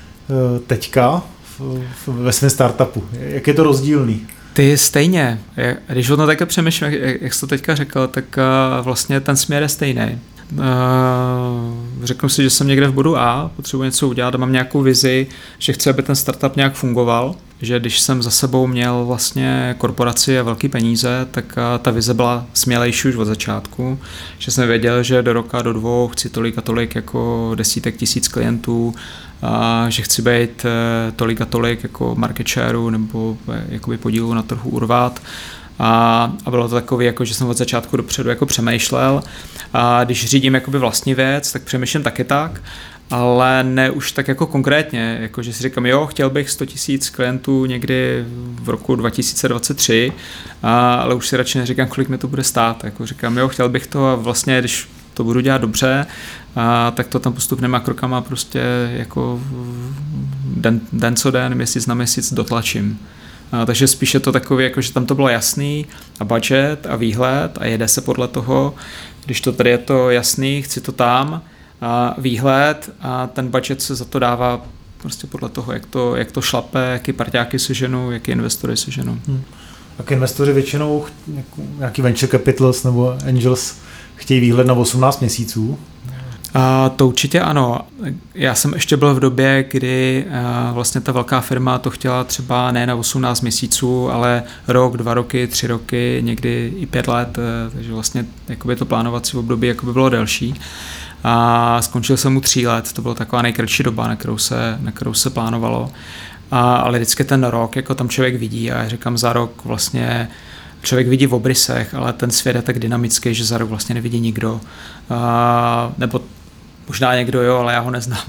teďka ve svém startupu. Jak je to rozdílný? Ty stejně. Když o tom takhle přemýšlím, jak, jak jsi to teďka řekl, tak vlastně ten směr je stejný. Řeknu si, že jsem někde v bodu A, potřebuji něco udělat a mám nějakou vizi, že chci, aby ten startup nějak fungoval, že když jsem za sebou měl vlastně korporaci a velký peníze, tak ta vize byla smělejší už od začátku, že jsem věděl, že do roka, do dvou chci tolik a tolik jako desítek tisíc klientů, a že chci být tolik a tolik jako market shareu nebo jakoby podílu na trhu urvat. A, a bylo to takové, jako, že jsem od začátku dopředu jako přemýšlel. A když řídím jakoby vlastní věc, tak přemýšlím taky tak, ale ne už tak jako konkrétně, jako že si říkám, jo, chtěl bych sto tisíc klientů někdy v roku dva tisíce dvacet tři, a, ale už si radši neříkám, kolik mi to bude stát. Jako říkám, jo, chtěl bych to a vlastně, když to budu dělat dobře, a, tak to tam postupnýma krokama prostě jako den, den co den, měsíc na měsíc dotlačím. A, takže spíš je to takový, jako, že tam to bylo jasný a budget a výhled a jede se podle toho, když to tady je to jasný, chci to tam a výhled a ten budget se za to dává prostě podle toho, jak to, jak to šlape, jaký parťáky se ženou, jaký investory se ženou. Hmm. Tak investoři většinou, nějaký venture capitals nebo angels, chtějí výhled na osmnáct měsíců? A to určitě ano. Já jsem ještě byl v době, kdy vlastně ta velká firma to chtěla třeba ne na osmnáct měsíců, ale rok, dva roky, tři roky, někdy i pět let, takže vlastně jakoby to plánovací období jakoby bylo delší. A skončil jsem mu tří let, to byla taková nejkratší doba, na kterou se, na kterou se plánovalo. a, ale vždycky ten rok, jako tam člověk vidí a já říkám za rok vlastně člověk vidí v obrysech, ale ten svět je tak dynamický, že za rok vlastně nevidí nikdo. A, nebo možná někdo jo, ale já ho neznám.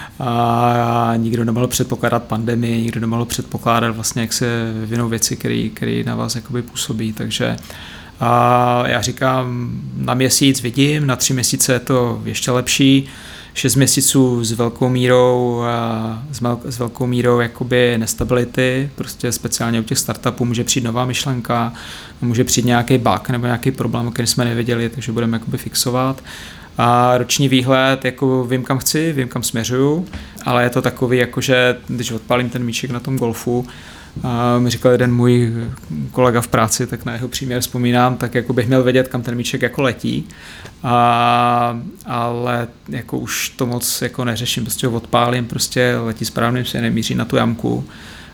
A nikdo nemohl předpokládat pandemii, nikdo nemohl předpokládat vlastně, jak se vyvinou věci, které na vás jakoby působí. Takže a já říkám, na měsíc vidím, na tři měsíce je to ještě lepší, šest měsíců s velkou mírou, s, vel, s velkou mírou jakoby nestability, prostě speciálně u těch startupů může přijít nová myšlenka, může přijít nějaký bug nebo nějaký problém, který jsme nevěděli, takže budeme jakoby fixovat. A roční výhled, jako vím, kam chci, vím, kam směřuju, ale je to takový, jakože když odpálím ten míček na tom golfu, a mi říkal jeden můj kolega v práci, tak na jeho příměr vzpomínám, tak jako bych měl vědět, kam ten míček jako letí, a, ale jako už to moc jako neřeším, prostě ho odpálím, prostě letí správným směrem, míří na tu jamku,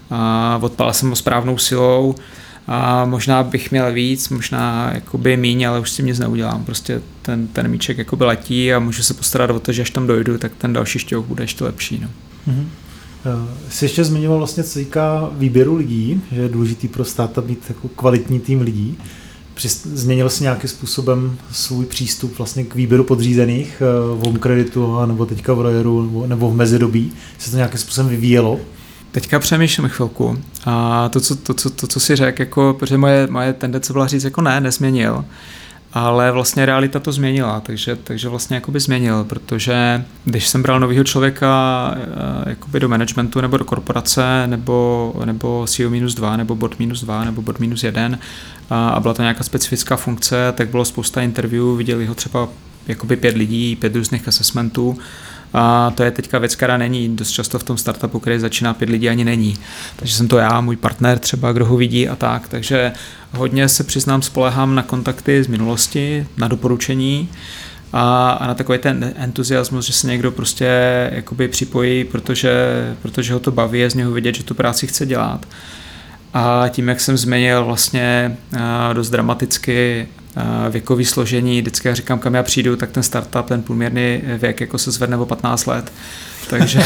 a odpálil jsem ho správnou silou, a možná bych měl víc, možná jakoby míň, ale už s tím nic neudělám. Prostě ten, ten míček jakoby letí a můžu se postarat o to, že až tam dojdu, tak ten další šťouch bude ještě lepší. No. Mm-hmm. Jsi ještě zmiňoval vlastně, co týká výběru lidí, že je důležitý pro startup mít jako kvalitní tým lidí. Změnil jsi nějakým způsobem svůj přístup vlastně k výběru podřízených v HomeCreditu nebo teďka v Royeru nebo, nebo v mezidobí? Se to nějakým způsobem vyvíjelo? Teďka přemýšlím chvilku a to, co, to, co, to, co si řekl, jako, protože moje, moje tendence byla říct, jako ne, nezměnil, ale vlastně realita to změnila, takže, takže vlastně jakoby změnil, protože když jsem bral novýho člověka jakoby do managementu nebo do korporace, nebo, nebo C E O minus dva, nebo board minus dva, nebo board minus jeden a, a byla to nějaká specifická funkce, tak bylo spousta interview, viděli ho třeba jakoby pět lidí, pět různých assessmentů. A to je teďka věc, která není dost často v tom startupu, který začíná pět lidí, ani není. Takže jsem to já, můj partner třeba, kdo ho vidí a tak. Takže hodně se přiznám, spolehám na kontakty z minulosti, na doporučení a, a na takový ten entuziasmus, že se někdo prostě jakoby připojí, protože, protože ho to baví, je z něho vidět, že tu práci chce dělat. A tím, jak jsem změnil vlastně dost dramaticky věkový složení, vždycky já říkám, kam já přijdu, tak ten startup, ten průměrný věk jako se zvedne o patnáct let. Takže,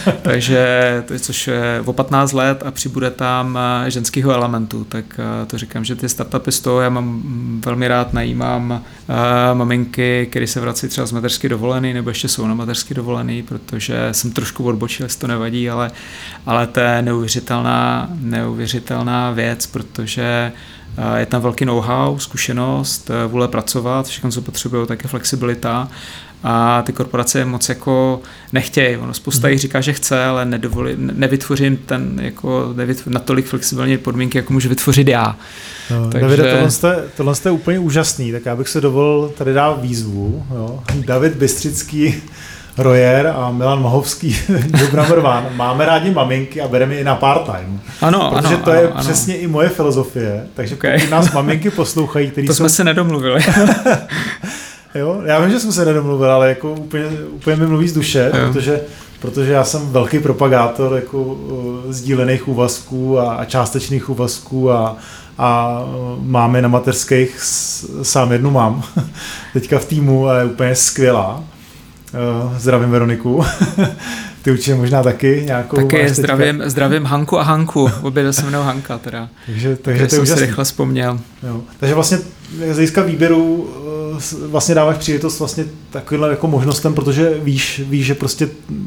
takže to je, což je o patnáct let a přibude tam ženského elementu, tak to říkám, že ty startupy z toho, já mám velmi rád, najímám maminky, které se vrací třeba z mateřské dovolený, nebo ještě jsou na mateřské dovolený, protože jsem trošku odbočil, jestli to nevadí, ale, ale to je neuvěřitelná, neuvěřitelná věc, protože je tam velký know-how, zkušenost, vůle pracovat, všechno, co potřebují, tak je flexibilita a ty korporace moc jako nechtějí. Ono spousta jich říká, že chce, ale nedovolí, nevytvořím ten jako nevytvořím natolik flexibilní podmínky, jako můžu vytvořit já. No, takže... Davide, tohle, jste, tohle jste úplně úžasný, tak já bych se dovolil tady dát výzvu. Jo. David Bystřický, Royer a Milan Mahovský, job number one. Máme rádi maminky a bereme je i na part-time. Ano, protože ano, to je ano, přesně ano. I moje filozofie. Takže okay. Pokud nás maminky poslouchají, který to jsou... jsme se nedomluvili. Jo, já vím, že jsme se nedomluvili, ale jako úplně, úplně mi mluví z duše, protože, protože já jsem velký propagátor jako uh, sdílených úvazků a, a částečných úvazků a, a máme na mateřských sám jednu mám teďka v týmu a je úplně skvělá. Uh, zdravím Veroniku. Ty určitě možná taky nějakou... Taky zdravím, zdravím Hanku a Hanku. Obě se jmenou Hanka teda. Takže, takže to jsem si rychle vzpomněl. Jo. Takže vlastně z hlediska výběru vlastně dáváš příležitost vlastně takovýhle jako možnostem, protože víš, víš, že prostě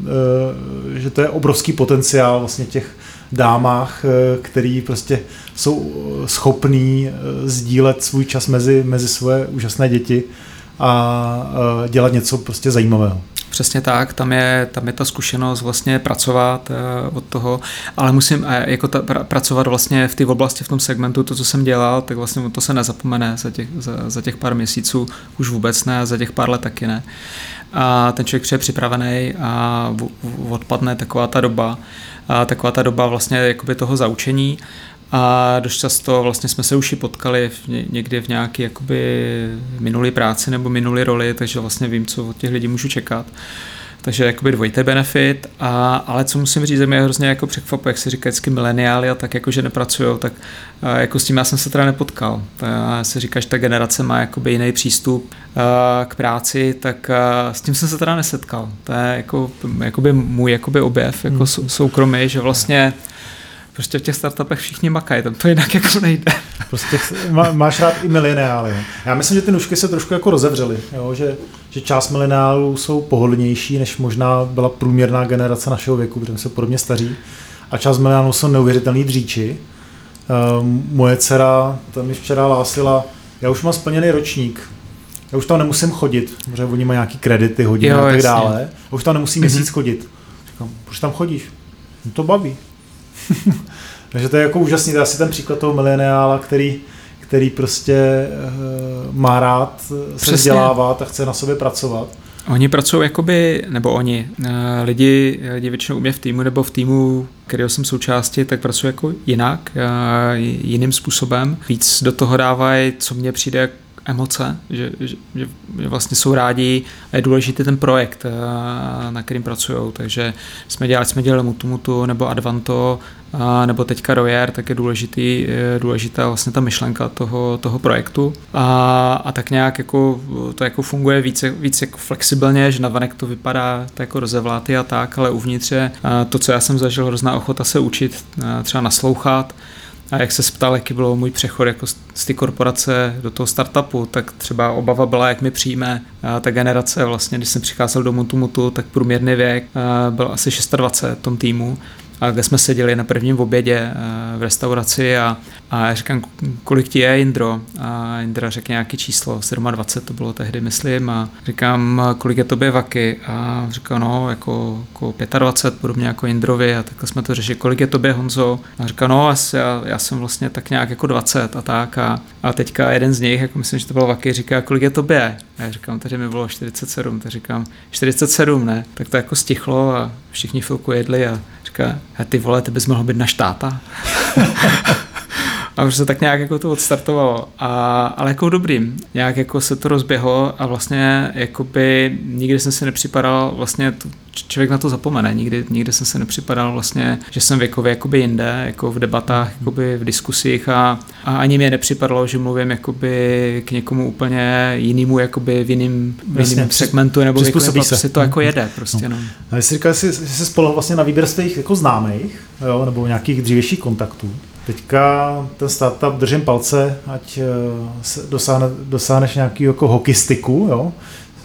že to je obrovský potenciál vlastně těch dámách, který prostě jsou schopní sdílet svůj čas mezi, mezi svoje úžasné děti a dělat něco prostě zajímavého. Přesně tak, tam je, tam je ta zkušenost vlastně pracovat uh, od toho, ale musím uh, jako ta, pra, pracovat vlastně v té oblasti, v tom segmentu, to, co jsem dělal, tak vlastně to se nezapomene za těch, za, za těch pár měsíců, už vůbec ne, za těch pár let taky ne. A ten člověk přijde připravený a v, v, odpadne taková ta doba, a taková ta doba vlastně jakoby toho zaučení. A dost často vlastně jsme se už i potkali v ně, někdy v nějaké jakoby minulý práci nebo minulý roli, takže vlastně vím, co od těch lidí můžu čekat. takže jakoby dvojitý benefit, a, ale co musím říct, že mě hrozně jako překvapuje, jak se říká vždycky mileniáli a tak jakože nepracujou, tak a, jako s tím já jsem se teda nepotkal. Já se říká, že ta generace má jakoby jiný přístup a, k práci, tak a, s tím jsem se teda nesetkal. To je jako, jakoby můj jakoby objev jako hmm. soukromý, že vlastně prostě v těch startupech všichni makají, tam to jinak jako nejde. Prostě má, máš rád i mileniály. Já myslím, že ty nůžky se trošku jako rozevřely, jo? Že, že část mileniálů jsou pohodlnější, než možná byla průměrná generace našeho věku, protože jsou podobně staří. A část mileniálů jsou neuvěřitelný dříči. Um, moje dcera, ta mi včera hlásila, já už mám splněný ročník, já už tam nemusím chodit, protože oni mají nějaký kredity, hodiny jo, a tak jasně. dále. A už tam nemusím měsíc mm-hmm. chodit. Říkám, proč tam chodíš? Mě to baví. Takže to je jako úžasný, to je asi ten příklad toho mileniála, který, který prostě uh, má rád se vzdělávat a chce na sobě pracovat. Oni pracují jakoby, nebo oni, uh, lidi, lidi většinou u mě v týmu nebo v týmu, kterého jsem součástí, tak pracují jako jinak, uh, jiným způsobem. Víc do toho dávají, co mně přijde emoce, že, že, že vlastně jsou rádi a je důležitý ten projekt, na kterým pracují. Takže jsme dělali, jsme dělali Mutu Mutu nebo Advanto nebo teďka Royer, tak je důležitý, důležitá vlastně ta myšlenka toho, toho projektu. A, a tak nějak jako, to jako funguje víc, víc jako flexibilně, že navenek to vypadá to jako rozevlátý a tak, ale uvnitř je to, co já jsem zažil, hrozná ochota se učit, třeba naslouchat. A jak se ptal, jaký byl můj přechod jako z té korporace do toho startupu, tak třeba obava byla, jak mi přijme ta generace. Vlastně, když jsem přicházel do Mutu Mutu, tak průměrný věk byl asi dvacet šest v tom týmu. A kde jsme seděli na prvním obědě v restauraci a, a já říkám, kolik ti je, Jindro? A Jindra řekl nějaké číslo, dvacet sedm to bylo tehdy, myslím, a říkám, kolik je tobě Vaky? A říkal, no, jako, jako dvacet pět, podobně jako Jindrovi, a takhle jsme to řešili, kolik je tobě, Honzo? A říkal, no, já, já jsem vlastně tak nějak jako dvacet a tak, a, a teďka jeden z nich, jako myslím, že to byl Vaky, říká, kolik je tobě? A já říkám, tady mi bylo čtyřicet sedm, tak říkám, čtyřicet sedm, ne? Tak to jako stichlo a všichni chvilku jedli a říká, a ty vole, ty bys mohl být na štáta. A už se tak nějak jako to odstartovalo. A, ale jako dobrým. Nějak jako se to rozběhlo a vlastně jakoby nikdy jsem se nepřipadal, vlastně to, člověk na to zapomene, nikdy, nikdy jsem se nepřipadal vlastně, že jsem věkově jakoby jinde, jako v debatách, jakoby v diskusích a, a ani mě nepřipadalo, že mluvím jakoby k někomu úplně jinému, jakoby v jiným, v jiným segmentu, nebo věkově, se to jako jede prostě. No. No. Jsi říkal, že jsi spolehl vlastně na výběr svých jako známých, jo, nebo nějakých dřívějších kontaktů. Teďka ten startup držím palce, ať dosáhne, dosáhneš nějaký jako hokejistiku, jo.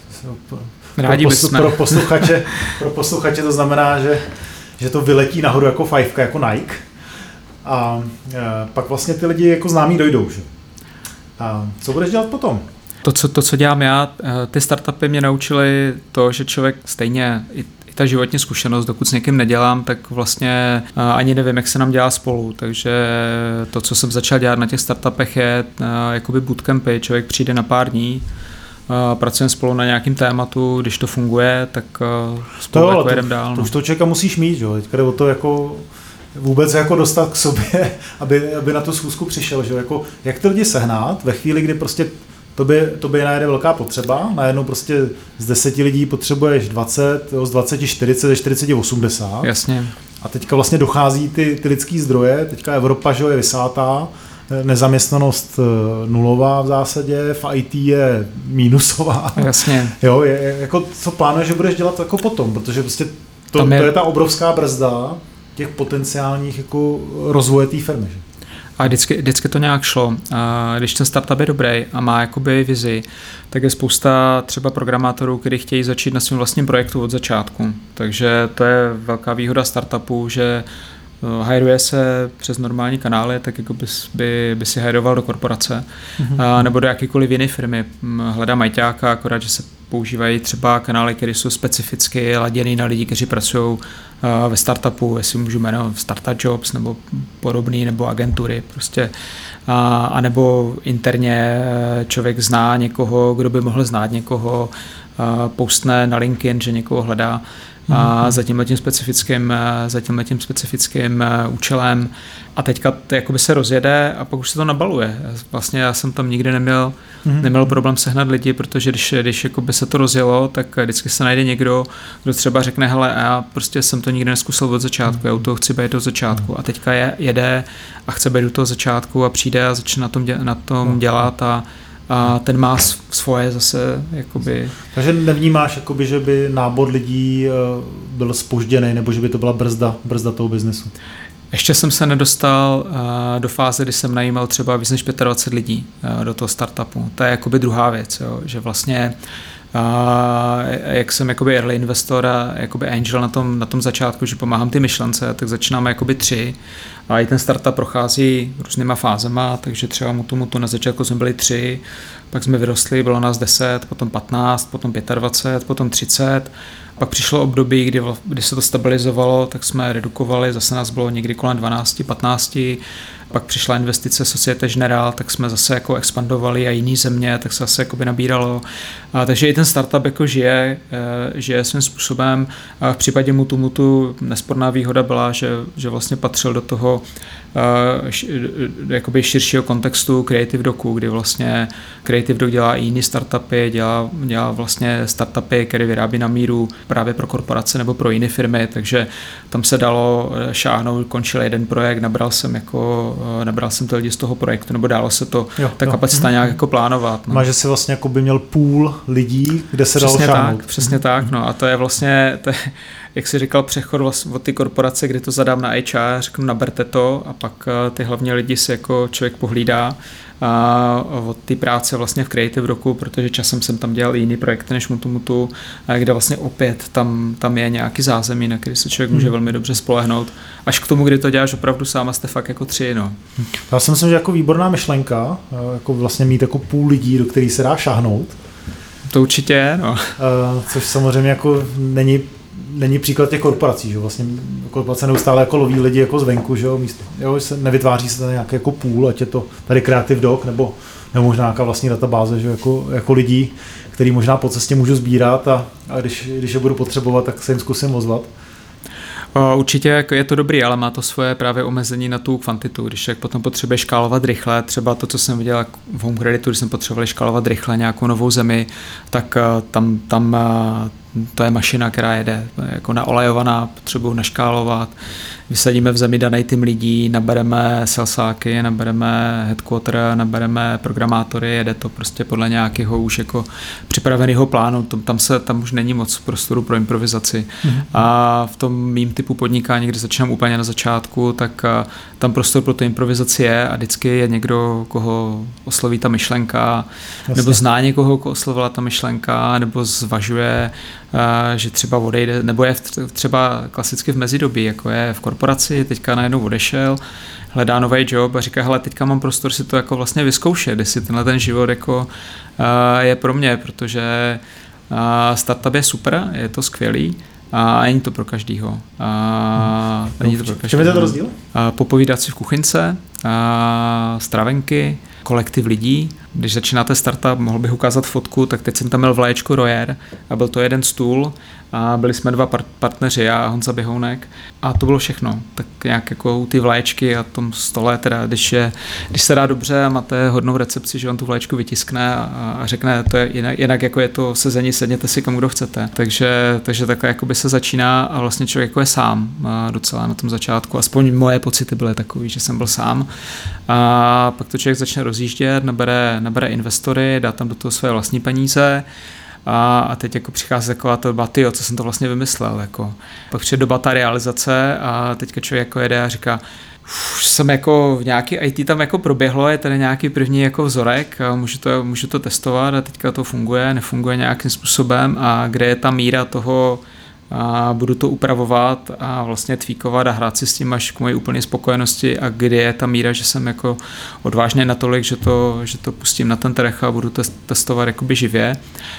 Rádi pro, poslu, pro, posluchače, pro posluchače to znamená, že, že to vyletí nahoru jako fajfka, jako Nike. A e, pak vlastně ty lidi jako známí dojdou, že? A co budeš dělat potom? To co, to, co dělám já, ty startupy mě naučily to, že člověk stejně i ta životní zkušenost, dokud s někým nedělám, tak vlastně ani nevím, jak se nám dělá spolu, takže to, co jsem začal dělat na těch startupech je jakoby bootcampy, člověk přijde na pár dní, pracujeme spolu na nějakým tématu, když to funguje, tak spolu to, jako jedem dál. To, to už toho člověka musíš mít, jo, teďka jde o to jako vůbec jako dostat k sobě, aby, aby na tu schůzku přišel, že jako, jak ty lidi sehnat ve chvíli, kdy prostě Tobě, tobě najde velká potřeba, najednou prostě z deseti lidí potřebuješ dvacet, jo, z dvaceti čtyřicet, ze čtyřiceti osmdesát. Jasně. A teďka vlastně dochází ty, ty lidský zdroje, teďka Evropa, že je vysátá, nezaměstnanost nulová v zásadě, v í té je mínusová. Jasně. Jo, je, jako co plánuješ, že budeš dělat jako potom, protože prostě to, je... to je ta obrovská brzda těch potenciálních jako rozvoje té firmy, že? A vždycky, vždycky to nějak šlo. A když ten startup je dobrý a má jakoby vizi, tak je spousta třeba programátorů, kteří chtějí začít na svém vlastním projektu od začátku. Takže to je velká výhoda startupu, že hajruje se přes normální kanály, tak jako bys, by, by si hajroval do korporace mm-hmm. a, nebo do jakékoliv jiné firmy. Hledá majťáka, akorát, že se používají třeba kanály, které jsou specificky laděné na lidi, kteří pracují ve startupu, jestli můžu jmenovat Startup Jobs nebo podobný, nebo agentury prostě. A, a nebo interně člověk zná někoho, kdo by mohl znát někoho, postne na LinkedIn, že někoho hledá a za tímhletím specifickým, za tímhletím specifickým účelem a teďka to jakoby se rozjede a pak už se to nabaluje. Vlastně já jsem tam nikdy neměl, mm-hmm. neměl problém sehnat lidi, protože když, když jakoby se to rozjelo, tak vždycky se najde někdo, kdo třeba řekne, hele, já prostě jsem to nikdy neskusil od začátku, mm-hmm. já u toho chci být od začátku mm-hmm. a teďka je, jede a chce být u toho začátku a přijde a začne na tom, dě, na tom mm-hmm. dělat a a ten má svoje zase, jakoby... Takže nevnímáš, jakoby, že by nábor lidí byl zpožděný, nebo že by to byla brzda, brzda toho biznesu? Ještě jsem se nedostal uh, do fáze, kdy jsem najímal třeba víc než dvacet pět lidí uh, do toho startupu. To je jakoby druhá věc, jo, že vlastně uh, jak jsem jakoby early investor a jakoby angel na tom, na tom začátku, že pomáhám ty myšlence, tak začínáme jakoby tři a i ten startup prochází různýma fázema, takže třeba mu tomu to na začátku jsme byli tři, pak jsme vyrostli, bylo nás deset, potom patnáct, potom dvacet pět, potom třicet. Pak přišlo období, kdy, kdy se to stabilizovalo, tak jsme redukovali, zase nás bylo někdy kolem dvanáct, patnáct. Pak přišla investice Societe Generale, tak jsme zase jako expandovali a jiný země, tak se zase jakoby nabíralo. A, takže i ten startup jako žije, žije svým způsobem. A v případě Mutu Mutu nesporná výhoda byla, že, že vlastně patřil do toho š, jakoby širšího kontextu Creative Docu, kdy vlastně Creative Doc dělá i jiný startupy, dělá, dělá vlastně startupy, které vyrábí na míru právě pro korporace nebo pro jiné firmy, takže tam se dalo šáhnout, končil jeden projekt, nabral jsem jako nabral jsem ty lidi z toho projektu, nebo dálo se to, jo, ta kapacita jo. nějak jako plánovat. No. Máš, že jsi vlastně jako by měl půl lidí, kde se přesně dalo šáhnout. Tak, přesně tak, no a to je vlastně, to je, jak jsi říkal, přechod vlastně od ty korporace, kdy to zadám na H R, řeknu naberte to a pak ty hlavně lidi si jako člověk pohlídá a od té práce vlastně v Creative Docu, protože časem jsem tam dělal jiný projekty než Mutu Mutu, kde vlastně opět tam, tam je nějaký zázemí, na který se člověk může velmi dobře spolehnout. Až k tomu, kdy to děláš opravdu sám a jste fakt jako tři, no. Já si myslím, že jako výborná myšlenka, jako vlastně mít jako půl lidí, do kterých se dá šáhnout. To určitě je, no. Což samozřejmě jako není není příklad těch korporací, že vlastně korporace neustále jako loví lidi jako zvenku, že jo, místo, jo, se nevytváří se tady nějaký jako půl, ať je to tady Creative Doc, nebo, nebo možná nějaká vlastní databáze, že jako, jako lidí, který možná po cestě můžu sbírat a, a když, když je budu potřebovat, tak se jim zkusím ozvat. Určitě je to dobrý, ale má to svoje právě omezení na tu kvantitu. Když jak potom potřebuje škálovat rychle, třeba to, co jsem viděl v Home Creditu, když jsem potřeboval škálovat rychle nějakou novou zemi, tak tam, tam to je mašina, která jede jako naolejovaná, potřebuji naškálovat, vysadíme v zemi daný tým lidí, nabereme salesáky, nabereme headquarter, nabereme programátory, jede to prostě podle nějakého už jako připraveného plánu, tam, se, tam už není moc prostoru pro improvizaci. Mm-hmm. A v tom mým typu podnikání, kde začínám úplně na začátku, tak tam prostor pro tu improvizaci je a vždycky je někdo, koho osloví ta myšlenka, Jasně. nebo zná někoho, koho oslovila ta myšlenka, nebo zvažuje, že třeba odejde, nebo je třeba klasicky v mezidobí, jako je v korporaci, teďka najednou odešel, hledá nový job a říká, hele, teďka mám prostor si to jako vlastně vyzkoušet, jestli tenhle ten život jako je pro mě, protože startup je super, je to skvělý, a není to pro každýho. A není to pro každýho. Čem je ten rozdíl? Popovídat si v kuchynce, stravenky, kolektiv lidí. Když začínáte startup, mohl bych ukázat fotku, tak teď jsem tam měl vlaječku Royer a byl to jeden stůl a byli jsme dva partneři, já a Honza Běhounek a to bylo všechno. Tak nějak jako ty vlaječky a tom stole, teda když, je, když se dá dobře a máte hodnou recepci, že on tu vlaječku vytiskne a, a řekne, to je jinak, jinak jako je to sezení, sedněte si komu kdo chcete. Takže, takže takhle jako by se začíná a vlastně člověk jako je sám docela na tom začátku. Aspoň moje pocity byly takový, že jsem byl sám. A pak to člověk začne rozjíždět, nabere, nabere investory, dá tam do toho své vlastní peníze. A, a teď jako přichází taková ta doba, tyjo, co jsem to vlastně vymyslel. Jako. Pak přijde doba ta realizace a teďka člověk jako jede a říká, už jsem jako v nějaký í té tam jako proběhlo, je tady nějaký první jako vzorek, a můžu to, můžu to testovat a teďka to funguje, nefunguje nějakým způsobem a kde je ta míra toho, a budu to upravovat a vlastně tweakovat a hrát si s tím až k mojí úplné spokojenosti a kde je ta míra, že jsem jako odvážný natolik, že to, že to pustím na ten trh a budu testovat jakoby živě.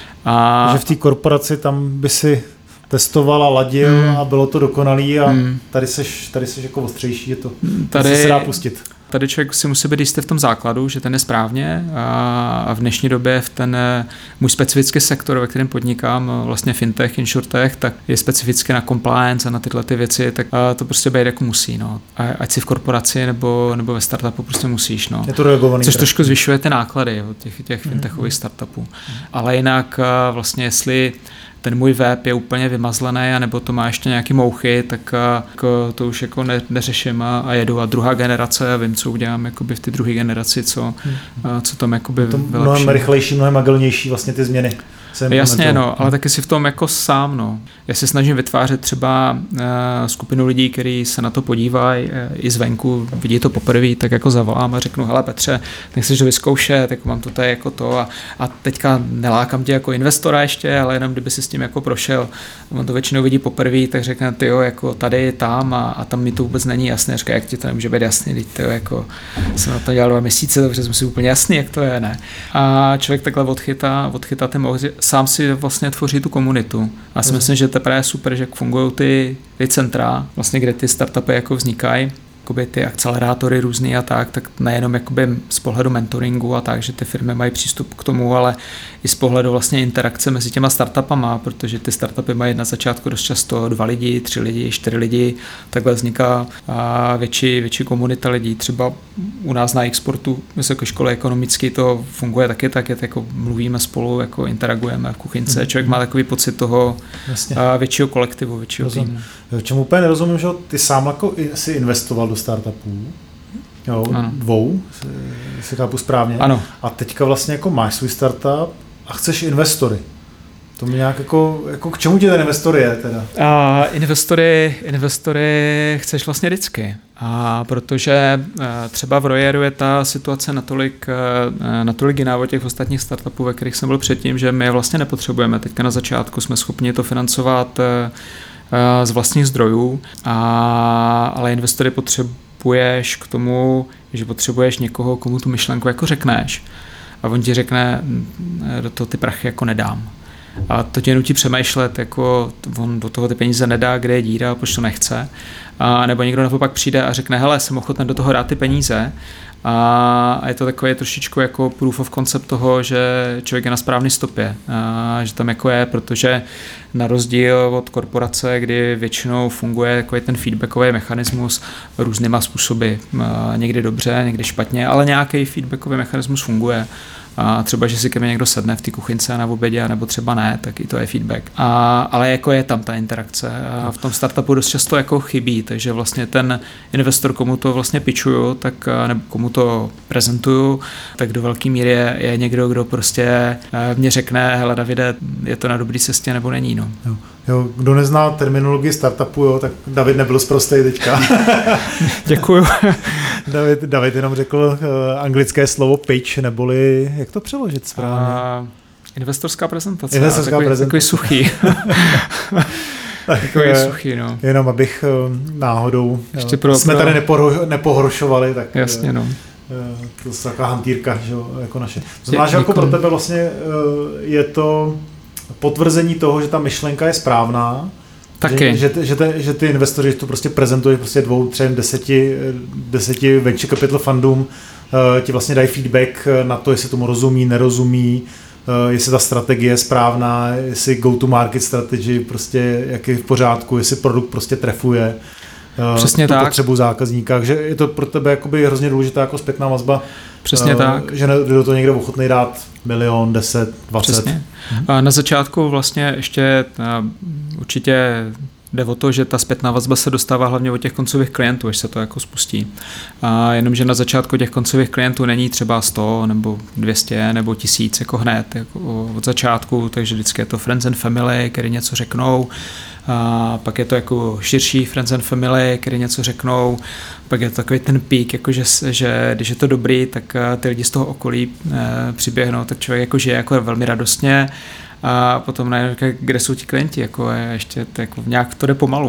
A že v té korporaci tam by si testoval a ladil mm. a bylo to dokonalý a mm. tady seš, tady seš jako ostřejší, že to, tady, se dá pustit. Tady člověk si musí být jistý v tom základu, že ten je správně a v dnešní době v ten můj specifický sektor, ve kterém podnikám, vlastně fintech, insurtech, tak je specificky na compliance a na tyhle ty věci, tak to prostě být jako musí. No. A ať si v korporaci nebo, nebo ve startupu prostě musíš. No. Je to regulovaný. Což trošku zvyšuje ty náklady od těch, těch fintechových startupů. Ale jinak vlastně jestli ten můj web je úplně vymazlený, anebo to má ještě nějaký mouchy, tak to už jako ne, neřeším a, a jedu. A druhá generace, a vím, co udělám jakoby v té druhé generaci, co, a, co tam jakoby to mnohem rychlejší, mnohem agilnější vlastně ty změny. Jasně, no, ale taky si v tom jako sám, no. Já se snažím vytvářet třeba uh, skupinu lidí, kteří se na to podívají uh, i zvenku, vidí to poprvé, tak jako zavolám a řeknu, hele Petře, nechceš to vyzkoušet, jako mám to tady jako to a, a teďka nelákám tě jako investora ještě, ale jenom kdyby si s tím jako prošel, on to většinou vidí poprvé, tak řekne, tyjo, jako tady, tam a, a tam mi to vůbec není jasné, říká, jak ti to nemůže být jasný, tyjo, jako jsem na to dělal dva měsíce, takže jsem si úplně jasný, jak to je, ne. A člověk takhle odchytá, odchytá ten mohl, sám si vlastně tvoří tu komunitu. A si myslím, že teprve je super, že fungují ty, ty centra, vlastně, kde ty startupy jako vznikají, jakoby ty akcelerátory různý a tak, tak nejenom jakoby z pohledu mentoringu a tak, že ty firmy mají přístup k tomu, ale i z pohledu vlastně interakce mezi těma startupama, protože ty startupy mají na začátku dost často dva lidi, tři lidi, čtyři lidi, takhle vzniká větší, větší komunita lidí. Třeba u nás na Exportu vysokoškole ekonomicky to funguje taky tak, jako mluvíme spolu, jako interagujeme v kuchynce, člověk má takový pocit toho Jasně. většího kolektivu, většího týmu. Čemu úplně nerozumím, že ty sám jako si investoval do startupů, jo, dvou, si chápu správně. Ano. A teďka vlastně jako máš svůj startup a chceš investory. To mi nějak jako, jako k čemu ti ten investor je teda? A investory, investory chceš vlastně vždycky. A protože třeba v Royeru je ta situace natolik, natolik jiná od těch ostatních startupů, ve kterých jsem byl předtím, že my je vlastně nepotřebujeme. Teďka na začátku jsme schopni to financovat z vlastních zdrojů, a, ale investory potřebuješ k tomu, že potřebuješ někoho, komu tu myšlenku jako řekneš a on ti řekne, do toho ty prachy jako nedám. A to tě nutí přemýšlet, jako on do toho ty peníze nedá, kde je díra, proč to nechce. A nebo někdo naopak přijde a řekne, hele, jsem ochoten do toho dát ty peníze. A je to takové trošičku jako proof of concept toho, že člověk je na správné stopě, a že tam jako je, protože na rozdíl od korporace, kdy většinou funguje takový ten feedbackový mechanismus různýma způsoby, a někdy dobře, někdy špatně, ale nějaký feedbackový mechanismus funguje. A třeba, že si ke mně někdo sedne v té kuchynce na obědě, nebo třeba ne, tak i to je feedback. A, ale jako je tam ta interakce a v tom startupu dost často jako chybí, takže vlastně ten investor, komu to vlastně pitchuju, tak, nebo komu to prezentuju, tak do velké míry je, je někdo, kdo prostě mě řekne, hele Davide, je to na dobré cestě nebo není. No. Jo. Jo, kdo nezná terminologii startupu, jo, tak David nebyl sprostej teďka. Děkuju. David, David jenom řekl uh, anglické slovo pitch, neboli, jak to přeložit správně? Uh, investorská prezentace. Investorská takový, prezentace. Takový suchý. Takový suchý, no. Jenom abych uh, náhodou, Ještě pro, jsme pro... tady nepohro, nepohoršovali, tak jasně, no. To je taková hantýrka, že jo, jako naše. Znamená, že jako pro tebe vlastně uh, je to potvrzení toho, že ta myšlenka je správná, taky. Že, že, že, te, že ty investoři to prostě prezentuješ prostě dvou, třem, deseti, deseti venture capital fundům, uh, ti vlastně dají feedback na to, jestli tomu rozumí, nerozumí, uh, jestli ta strategie je správná, jestli go-to-market strategy prostě jak je v pořádku, jestli produkt prostě trefuje uh, Přesně tu tak. potřebu zákazníka, takže je to pro tebe jakoby hrozně důležitá jako zpětná vazba. Přesně uh, tak. Že do toho někdo ochotný dát milion, deset, dvacet. Přesně. A na začátku vlastně ještě určitě jde o to, že ta zpětná vazba se dostává hlavně od těch koncových klientů, až se to jako spustí. A jenomže na začátku těch koncových klientů není třeba sto nebo dvě stě nebo tisíc jako hned jako od začátku, takže vždycky je to friends and family, který něco řeknou. A pak je to jako širší friends and family, který něco řeknou, pak je to takový ten pík, jako že, že když je to dobrý, tak ty lidi z toho okolí e, přiběhnou, tak člověk jako žije jako velmi radostně a potom najednou, kde jsou ti klienti, jako je ještě to jako nějak to jde pomalu.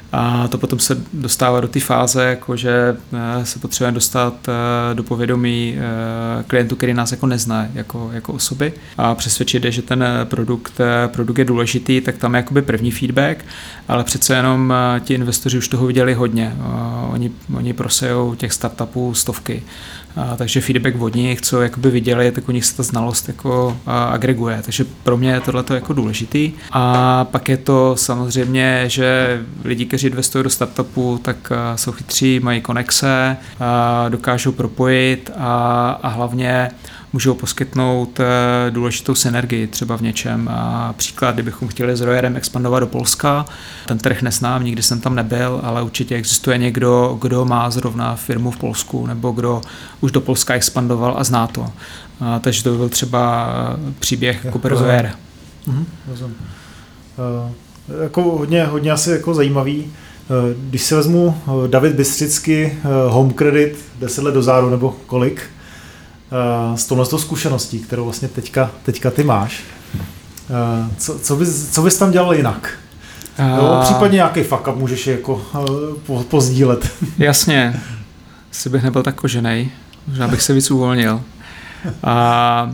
A to potom se dostává do té fáze, jako že se potřebujeme dostat do povědomí klientů, který nás jako nezná jako, jako osoby a přesvědčit je, že ten produkt, produkt je důležitý, tak tam je jakoby první feedback, ale přece jenom ti investoři už toho viděli hodně. Oni, oni prosejou těch startupů stovky. A, takže feedback od nich, co jakoby viděli, tak u nich se ta znalost jako a, agreguje. Takže pro mě je tohle jako důležitý. A pak je to samozřejmě, že lidi, kteří investují do startupu, tak a, jsou chytří, mají konexe, a, dokážou propojit a, a hlavně můžou poskytnout důležitou synergii třeba v něčem. A příklad, kdybychom chtěli s Royerem expandovat do Polska, ten trh neznám, nikdy jsem tam nebyl, ale určitě existuje někdo, kdo má zrovna firmu v Polsku nebo kdo už do Polska expandoval a zná to. A, takže to by byl třeba příběh jako pro Royer. Mhm, rozumím. Uh, jako hodně, hodně asi jako zajímavý. Uh, když si vezmu uh, David Bystřicky, uh, Home Credit, deset let dozadu nebo kolik, s touhletou zkušeností, kterou vlastně teďka, teďka ty máš. Co, co, bys, co bys tam dělal jinak? A... No, případně nějaký fuck up můžeš jako po, pozdílet. Jasně. Si bych nebyl tak koženej. Možná bych se víc uvolnil. A,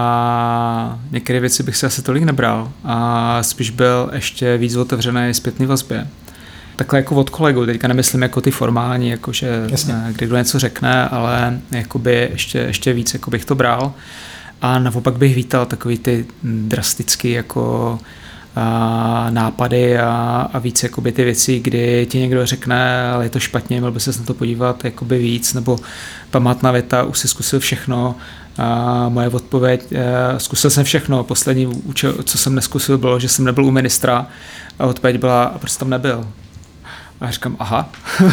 a některé věci bych si asi tolik nebral. A spíš byl ještě víc otevřený zpětný vazbě. Takhle jako od kolegů, teďka nemyslím jako ty formální, jakože kdy kdo něco řekne, ale jakoby ještě, ještě víc jako bych to bral. A naopak bych vítal takový ty drastický jako a, nápady a, a víc jakoby ty věci, kdy ti někdo řekne, ale je to špatně, měl by se na to podívat jakoby víc, nebo památná věta, už si zkusil všechno. A moje odpověď, zkusil jsem všechno, poslední, co jsem neskusil, bylo, že jsem nebyl u ministra a odpověď byla, a proč tam nebyl. A já říkám, aha.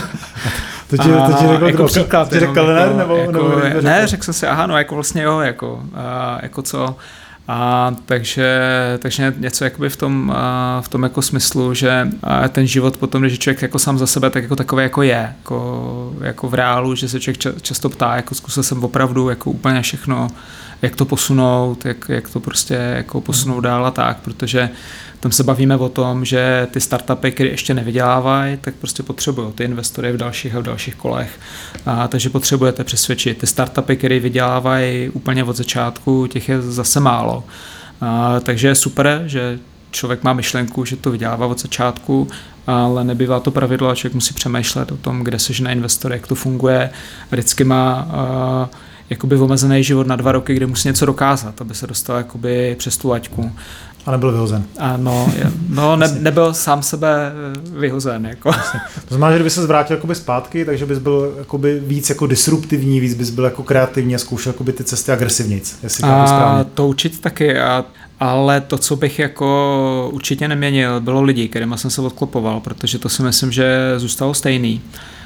To ti, to ti řekl jako příklad, to ti řekl Kalener, jako, nebo, jako, nebo ne, řekl jsem si, aha, no jako vlastně jo, jako, a, jako co. A takže, takže něco jakoby v tom, a, v tom jako smyslu, že a ten život potom, když člověk jako sám za sebe, tak jako takový jako je, jako, jako v reálu, že se člověk ča, často ptá, jako zkusil jsem opravdu jako úplně všechno, jak to posunout, jak, jak to prostě jako posunout dál a tak, protože tam se bavíme o tom, že ty startupy, které ještě nevydělávají, tak prostě potřebují ty investory v dalších a v dalších kolech. A, takže potřebujete přesvědčit. Ty startupy, které vydělávají úplně od začátku, těch je zase málo. A, takže je super, že člověk má myšlenku, že to vydělává od začátku, ale nebývá to pravidlo a člověk musí přemýšlet o tom, kde seš na investory, jak to funguje. Vždycky má a, jakoby omezený život na dva roky, kde musí něco dokázat, aby se dostal jakoby přes tu laťku. A nebyl vyhozen. Ano, no, ne, nebyl sám sebe vyhozen. Jako. To znamená, že kdyby se zvrátil jakoby zpátky, takže bys byl jakoby víc jako disruptivní, víc bys byl jako kreativní a zkoušel jakoby ty cesty agresivnějc. Jestli to správně. To určitě taky, a, ale to, co bych jako určitě neměnil, bylo lidi, kterýma jsem se odklopoval, protože to si myslím, že zůstalo stejný.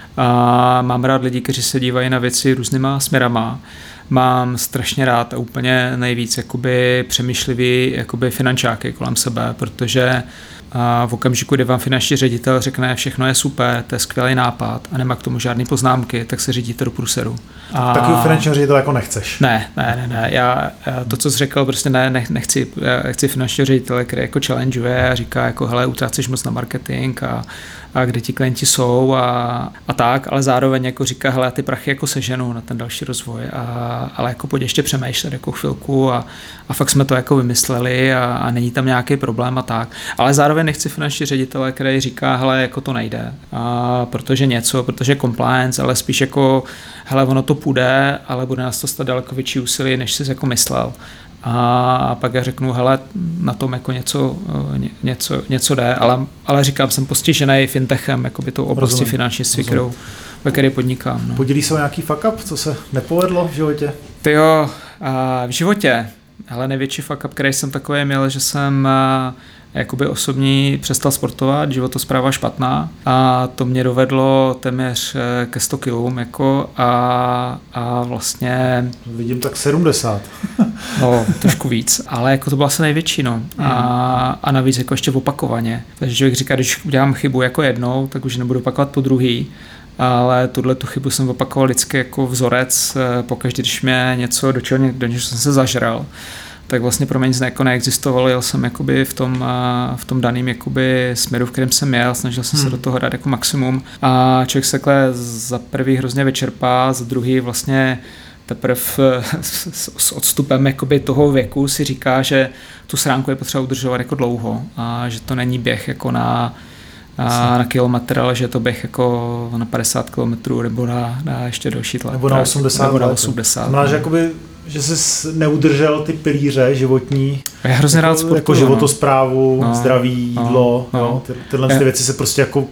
A mám rád lidi, kteří se dívají na věci různýma směrama. Mám strašně rád a úplně nejvíc jakoby přemýšlivý jakoby finančáky kolem sebe, protože a v okamžiku, kdy vám finanční ředitel řekne, všechno je super, to je skvělý nápad a nemá k tomu žádný poznámky, tak se řídíte do průseru. A... Takový finanční ředitel jako nechceš. Ne, ne, ne, ne. Já, to, co jsi řekl, prostě ne, ne nechci, chci finanční ředitele, který jako challengeuje a říká, jako hele, utrácíš moc na marketing a, a kde ti klienti jsou a, a tak, ale zároveň jako říká, hele, ty prachy jako seženu na ten další rozvoj, a, ale jako pojď ještě přemýšlet jako chvilku a, a fakt jsme to jako vymysleli a, a není tam nějaký problém a tak. Ale zároveň nechci finanční ředitele, který říká, hele, jako to nejde, a protože něco, protože compliance, ale spíš jako, hele, ono to půjde, ale bude nás to stát daleko větší úsilí, než jsi jako myslel. A pak já řeknu, hele, na tom jako něco, něco, něco jde, ale, ale říkám, jsem postižený fintechem, jako by tou oblastí finančnictví, kterou, ve které podnikám. No. Podělí se o nějaký fuck up, co se nepovedlo v životě? Tyjo, v životě, ale největší fuck up, který jsem takový měl, že jsem jakoby osobní přestal sportovat, životospráva špatná a to mě dovedlo téměř ke sto kilům jako a, a vlastně... Vidím tak sedmdesát. No, trošku víc, ale jako to bylo asi největší, no. A, a navíc jako ještě opakovaně. Takže člověk říká, když udělám chybu jako jednou, tak už nebudu opakovat po druhý. Ale tuhle tu chybu jsem opakoval vždycky jako vzorec, pokaždé, když mě něco, do čeho, do něčeho jsem se zažral, tak vlastně pro mě nic jako neexistovalo, jel jsem jakoby v tom, v tom daném jakoby směru, v kterém jsem jel, snažil jsem hmm. se do toho dát jako maximum a člověk se takhle za prvý hrozně vyčerpá, za druhý vlastně teprve s odstupem jakoby toho věku si říká, že tu sránku je potřeba udržovat jako dlouho a že to není běh jako na, na, na kilometr, ale že je to běh jako na padesát kilometrů nebo na, na ještě další tlak. Nebo na osmdesát. Nebo na osmdesát. Znamená, že jakoby že jsi neudržel ty pilíře životní. Já hrozně jako, rád sportuju. Jako životosprávu, no, zdraví, jídlo. No, no, no. Ty, tyhle ty věci se prostě jako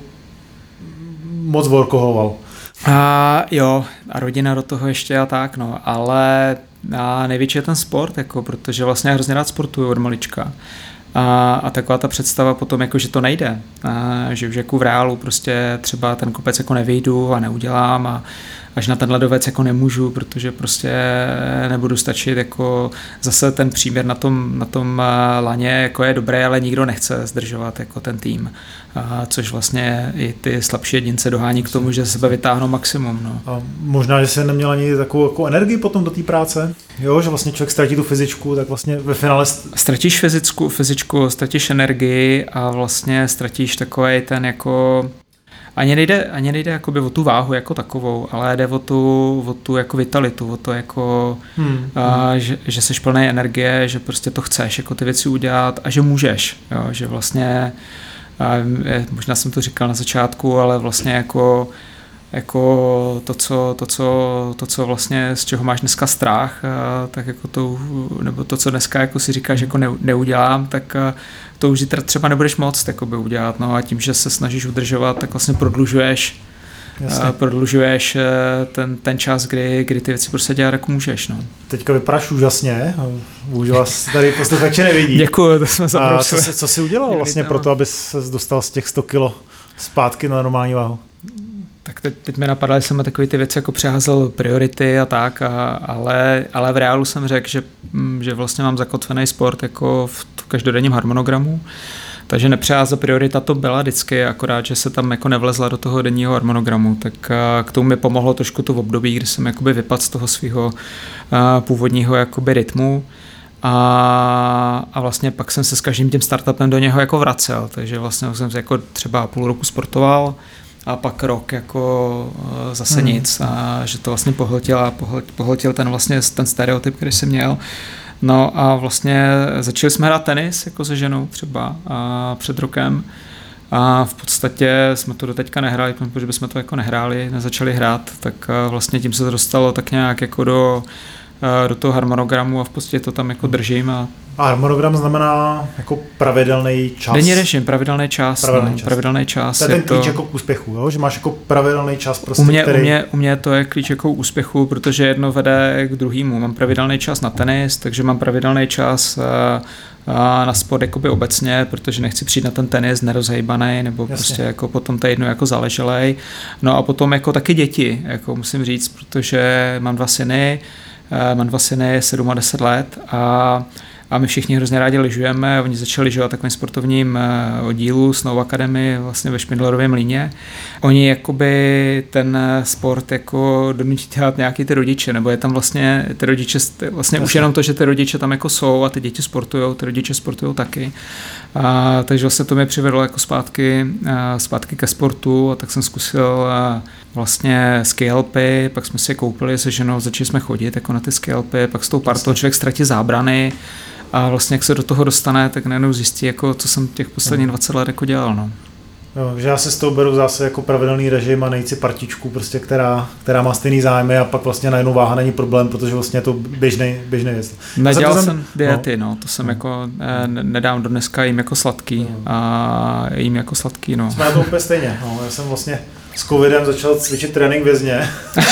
moc workohoval. A jo, a rodina do toho ještě a tak, no, ale a největší je ten sport, jako, protože vlastně já hrozně rád sportuju od malička. A, a taková ta představa potom, jako, že to nejde, a, že už jako v reálu prostě třeba ten kopec jako nevyjdu a neudělám a až na ten ledovec jako nemůžu, protože prostě nebudu stačit, jako zase ten příměr na tom, na tom laně jako je dobré, ale nikdo nechce zdržovat jako ten tým, a což vlastně i ty slabší jedince dohání k tomu, že sebe vytáhnou maximum. No. A možná, že jsi neměl ani takovou jako energii potom do té práce, jo, že vlastně člověk ztratí tu fyzičku, tak vlastně ve finále... Ztratíš fyzickou, fyzičku, ztratíš energii a vlastně ztratíš takovej ten jako... Ani nejde, ani nejde jakoby o tu váhu jako takovou, ale jde o tu, o tu jako vitalitu, o to jako, hmm. a, že, že jsi plný energie, že prostě to chceš jako ty věci udělat a že můžeš, jo, že vlastně, a, je, možná jsem to říkal na začátku, ale vlastně jako, jako to, co, to, co, to, co vlastně z čeho máš dneska strach, a, tak jako to, nebo to, co dneska jako si říkáš, jako ne, neudělám, tak a, to už třeba nebudeš moct jakoby udělat, no a tím, že se snažíš udržovat, tak vlastně prodlužuješ, uh, prodlužuješ ten, ten čas, kdy, kdy ty věci prostě dělat jako můžeš, no. Teďka vypadáš úžasně, už vás tady posluchači nevidí. Děkuju, to jsme zaprosili. Co, co jsi udělal vlastně pro to, aby ses dostal z těch sto kilo zpátky na normální váhu? Tak teď, teď mi napadaly jsem takové ty věci, jako přeházel priority a tak, a, ale, ale v reálu jsem řekl, že, že vlastně mám zakotvený sport jako v každodenním harmonogramu, takže nepřeházel priorita to byla vždycky, akorát, že se tam jako nevlezla do toho denního harmonogramu, tak k tomu mi pomohlo trošku to v období, kdy jsem jakoby vypadl z toho svého původního jakoby rytmu. A, a vlastně pak jsem se s každým tím startupem do něho jako vracel, takže vlastně jsem jako třeba půl roku sportoval, a pak rok jako zase hmm. nic a že to vlastně pohltil a pohltil ten vlastně ten stereotyp, který jsem měl. No a vlastně začali jsme hrát tenis jako se ženou třeba a před rokem a v podstatě jsme to doteďka nehráli, protože bychom to jako nehráli, nezačali hrát, tak vlastně tím se to dostalo tak nějak jako do do toho harmonogramu a v podstatě to tam jako držím. A, a harmonogram znamená jako pravidelný čas? Denní režim, pravidelný čas. Pravidelný no, čas. Pravidelný čas. To je ten klíč to... jako k úspěchu, jo? Že máš jako pravidelný čas prostě, u mě, který... U mě, u mě to je klíč jako k úspěchu, protože jedno vede k druhému. Mám pravidelný čas na tenis, takže mám pravidelný čas a, a na sport jakoby obecně, protože nechci přijít na ten tenis nerozhejbaný nebo Jasně. prostě jako potom týdnu jako záleželej. No a potom jako taky děti, jako musím říct, protože mám dva syny, Mám dva syny, sedm a deset let a, a my všichni hrozně rádi lyžujeme. Oni začali lyžovat takovým sportovním oddílu Snow Academy vlastně ve Špindlerově mlýně. Oni jakoby ten sport jako donutí dělat nějaký ty rodiče, nebo je tam vlastně ty rodiče, vlastně už jenom to, že ty rodiče tam jako jsou a ty děti sportujou, ty rodiče sportujou taky. A, takže vlastně to mě přivedlo jako zpátky, zpátky ke sportu a tak jsem zkusil vlastně skialpy, pak jsme si je koupili se ženou, začali jsme chodit jako na ty skialpy, pak s tou partou člověk ztratí zábrany a vlastně jak se do toho dostane, tak najednou zjistí, jako, co jsem těch posledních dvacet let jako dělal. No. Jo, že já se s tou beru zase jako pravidelný režim a najít si partičku, prostě, která, která má stejný zájmy a pak vlastně najednou váha není problém, protože vlastně je to běžný, běžný věc. Nedělal jsem, jsem diety, no. no, to jsem no. jako eh, nedám do dneska jim jako sladký no. a jim jako sladký, no. Jsme na to úplně stejně, no. Já jsem vlastně s covidem začal cvičit trénink vězně.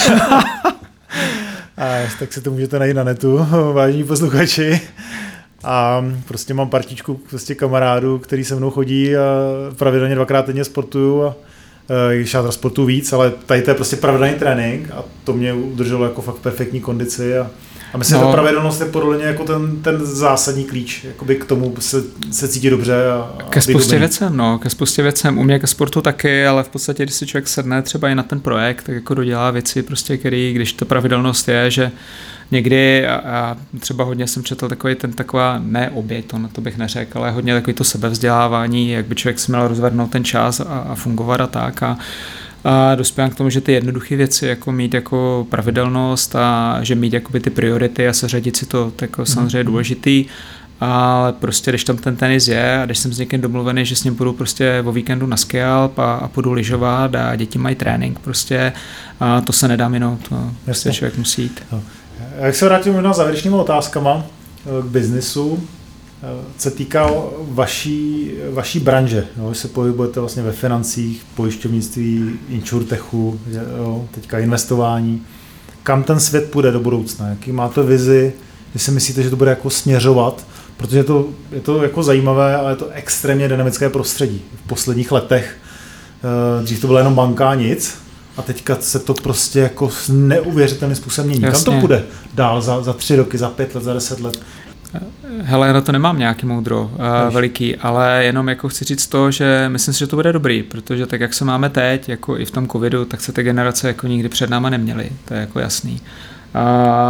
A tak si to můžete najít na netu, vážení posluchači. A prostě mám partičku prostě kamarádů, který se mnou chodí a pravidelně dvakrát týdně sportuju a když já sportuju víc, ale tady to je prostě pravidelný trénink a to mě udrželo jako fakt perfektní kondici a A myslím, no, že ta pravidelnost je podle mě jako ten, ten zásadní klíč, jakoby k tomu se, se cítí dobře. A, ke spoustě věcem, no, ke spoustě věcem. U mě ke sportu taky, ale v podstatě, když si člověk sedne třeba i na ten projekt, tak jako dodělá věci, prostě, který, když ta pravidelnost je, že někdy, a, a třeba hodně jsem četl takový ten taková, ne oběť, to, to bych neřekl, ale hodně takový to sebevzdělávání, jak by člověk si měl rozvrhnout ten čas a, a fungovat a tak. A, a dospívám k tomu, že ty jednoduché věci, jako mít jako pravidelnost a že mít jakoby ty priority a seřadit si to, tak jako samozřejmě důležitý, ale prostě když tam ten tenis je a když jsem s někým domluvený, že s ním půjdu prostě o víkendu na skialp a, a půjdu lyžovat a děti mají trénink prostě a to se nedá minout, to prostě člověk musí jít. No. Jak se vrátím možná závěrečnými otázkama k biznisu, se týká vaší, vaší branže, jo, že se pohybujete vlastně ve financích, pojišťovnictví, insurtechu, jo, teďka investování. Kam ten svět půjde do budoucna? Jaký máte vizi? Vy si myslíte, že to bude jako směřovat? Protože to, je to jako zajímavé, ale je to extrémně dynamické prostředí. V posledních letech, dřív to bylo jenom banka a nic, a teďka se to prostě jako neuvěřitelným způsobem mění. Jasně. Kam to půjde dál za, za tři roky, za pět let, za deset let? Hele, na to nemám nějaký moudro uh, veliký, ale jenom jako chci říct to, že myslím si, že to bude dobrý, protože tak, jak se máme teď, jako i v tom covidu, tak se ty generace jako nikdy před náma neměly, to je jako jasný. A,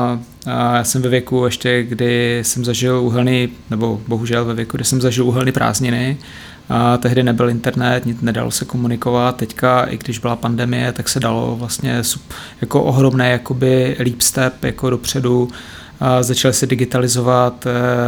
a já jsem ve věku ještě, kdy jsem zažil uhelný, nebo bohužel ve věku, kdy jsem zažil uhelný prázdniny, a tehdy nebyl internet, nic nedalo se komunikovat, teďka, i když byla pandemie, tak se dalo vlastně jako ohromné jakoby leap step jako dopředu. A začaly se digitalizovat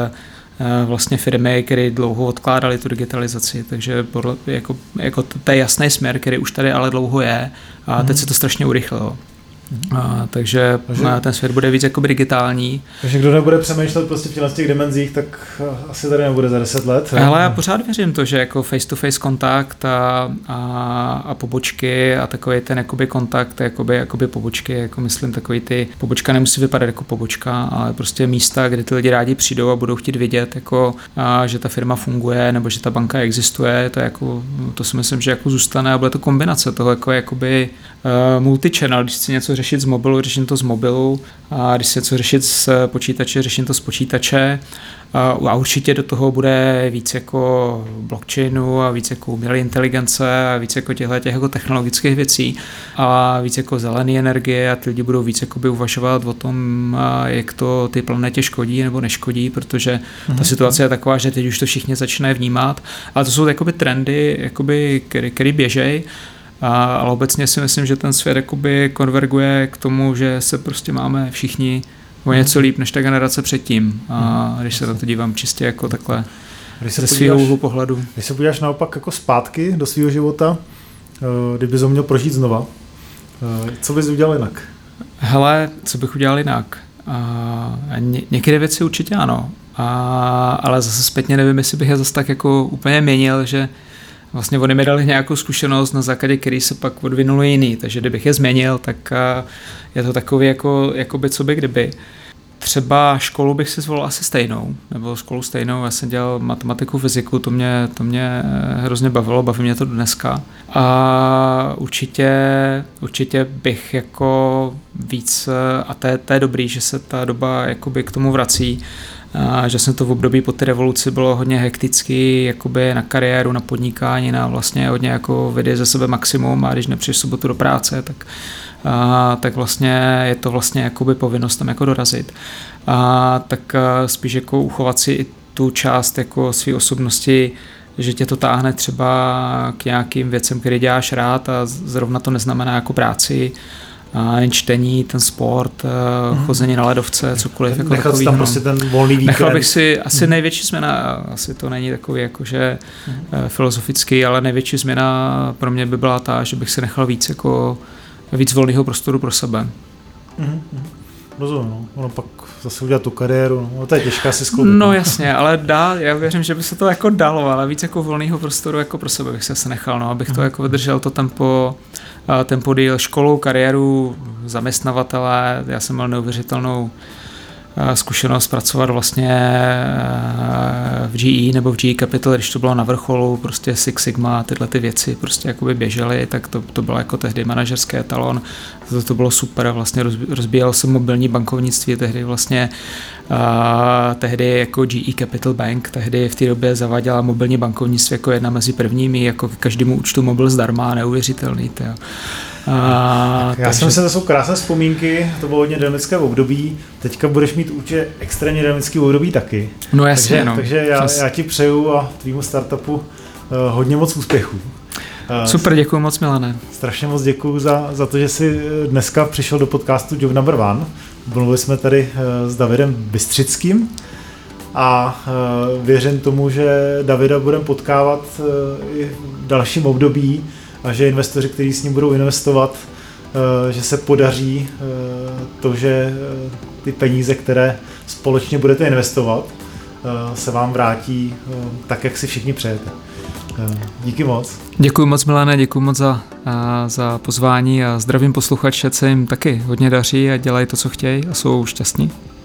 vlastně firmy, které dlouho odkládaly tu digitalizaci, takže jako, jako to je jasný směr, který už tady ale dlouho je a teď se to strašně urychlilo. A, takže, takže ten svět bude víc jakoby digitální. Takže kdo nebude přemýšlet prostě v těch dimenzích, tak asi tady nebude za deset let. Ale já pořád věřím to, že jako face-to-face kontakt a, a, a pobočky a takový ten jakoby kontakt, jakoby, jakoby pobočky, jako myslím takový ty, pobočka nemusí vypadat jako pobočka, ale prostě místa, kde ty lidi rádi přijdou a budou chtít vidět, jako, a, že ta firma funguje nebo že ta banka existuje, to, jako, to si myslím, že jako zůstane a bude to kombinace toho jako jakoby uh, multi-channel, když si něco řešit z mobilu, řeším to z mobilu, a když se něco řešit z počítače, řeším to z počítače a určitě do toho bude víc jako blockchainu a víc jako umělé inteligence a víc jako těchto těch jako technologických věcí a víc jako zelené energie a ty lidi budou víc jakoby uvažovat o tom, jak to ty planetě škodí nebo neškodí, protože mm-hmm. ta situace je taková, že teď už to všichni začínají vnímat, ale to jsou jakoby trendy, jakoby, který, který běžej. A, ale obecně si myslím, že ten svět jakoby konverguje k tomu, že se prostě máme všichni o něco líp než ta generace předtím. A když se na to dívám čistě jako takhle ze svého úhlu pohledu. Když se podíváš naopak jako zpátky do svého života, kdybys ho měl prožít znova, co bys udělal jinak? Hele, co bych udělal jinak? A ně, některé věci určitě ano, a, ale zase zpětně nevím, jestli bych je zase tak jako úplně měnil, že vlastně oni mi dali nějakou zkušenost, na základě který se pak odvinuli jiný, takže kdybych je změnil, tak je to takový jako, jakoby co by kdyby. Třeba školu bych si zvolil asi stejnou, nebo školu stejnou, já jsem dělal matematiku, fyziku, to mě, to mě hrozně bavilo, baví mě to dneska. A určitě, určitě bych jako víc, a to je, to je dobrý, že se ta doba jakoby k tomu vrací, a že jsem to v období po té revoluci bylo hodně hektický jakoby na kariéru, na podnikání, na vlastně hodně jako vyjde ze sebe maximum a když nepřiješ sobotu do práce, tak, a, tak vlastně je to vlastně jakoby povinnost tam jako dorazit. A tak a spíš jako uchovat si i tu část jako své osobnosti, že tě to táhne třeba k nějakým věcem, které děláš rád a zrovna to neznamená jako práci, a jen čtení, ten sport, mm. chození na ledovce, cokoliv jako nechal takový. Nechal tam prostě ten volný víkend. Nechal bych si, asi mm. největší změna, asi to není takový jakože mm. filozofický, ale největší změna pro mě by byla ta, že bych si nechal víc jako víc volného prostoru pro sebe. Mm. Rozumím, no. Ono pak zase udělat tu kariéru, no to je těžké si skloubit. No jasně, ale dá, já věřím, že by se to jako dalo, ale víc jako volného prostoru jako pro sebe bych se asi nechal, no, abych to jako vydržel to tempo, tempo díl, školu, kariéru, zaměstnavatele, já jsem měl neuvěřitelnou zkušenost pracovat vlastně v G E nebo v G E Capital, když to bylo na vrcholu, prostě Six Sigma, tyhle ty věci prostě jakoby běžely, tak to, to bylo jako tehdy manažerský etalon, to, to bylo super, vlastně rozbíjel se mobilní bankovnictví, tehdy vlastně a tehdy jako G E Capital Bank, tehdy v té době zaváděla mobilní bankovnictví jako jedna mezi prvními, jako k každému účtu mobil zdarma, neuvěřitelný. Tyjo. A, Já takže... si myslím, že to jsou krásné vzpomínky, to bylo hodně dynamické období, teďka budeš mít určitě extrémně dynamické období taky. No jasně, takže, no. Takže já, já ti přeju a tvýmu startupu uh, hodně moc úspěchů. Uh, Super, děkuji moc, Milane. Strašně moc děkuji za, za to, že jsi dneska přišel do podcastu Job Number One. Mluvili jsme tady uh, s Davidem Bystřickým a uh, věřím tomu, že Davida budeme potkávat uh, i v dalším období, a že investoři, kteří s ním budou investovat, že se podaří to, že ty peníze, které společně budete investovat, se vám vrátí tak, jak si všichni přejete. Díky moc. Děkuji moc, Milane, děkuji moc za, za pozvání a zdravím posluchače, se jim taky hodně daří a dělají to, co chtějí a jsou šťastní.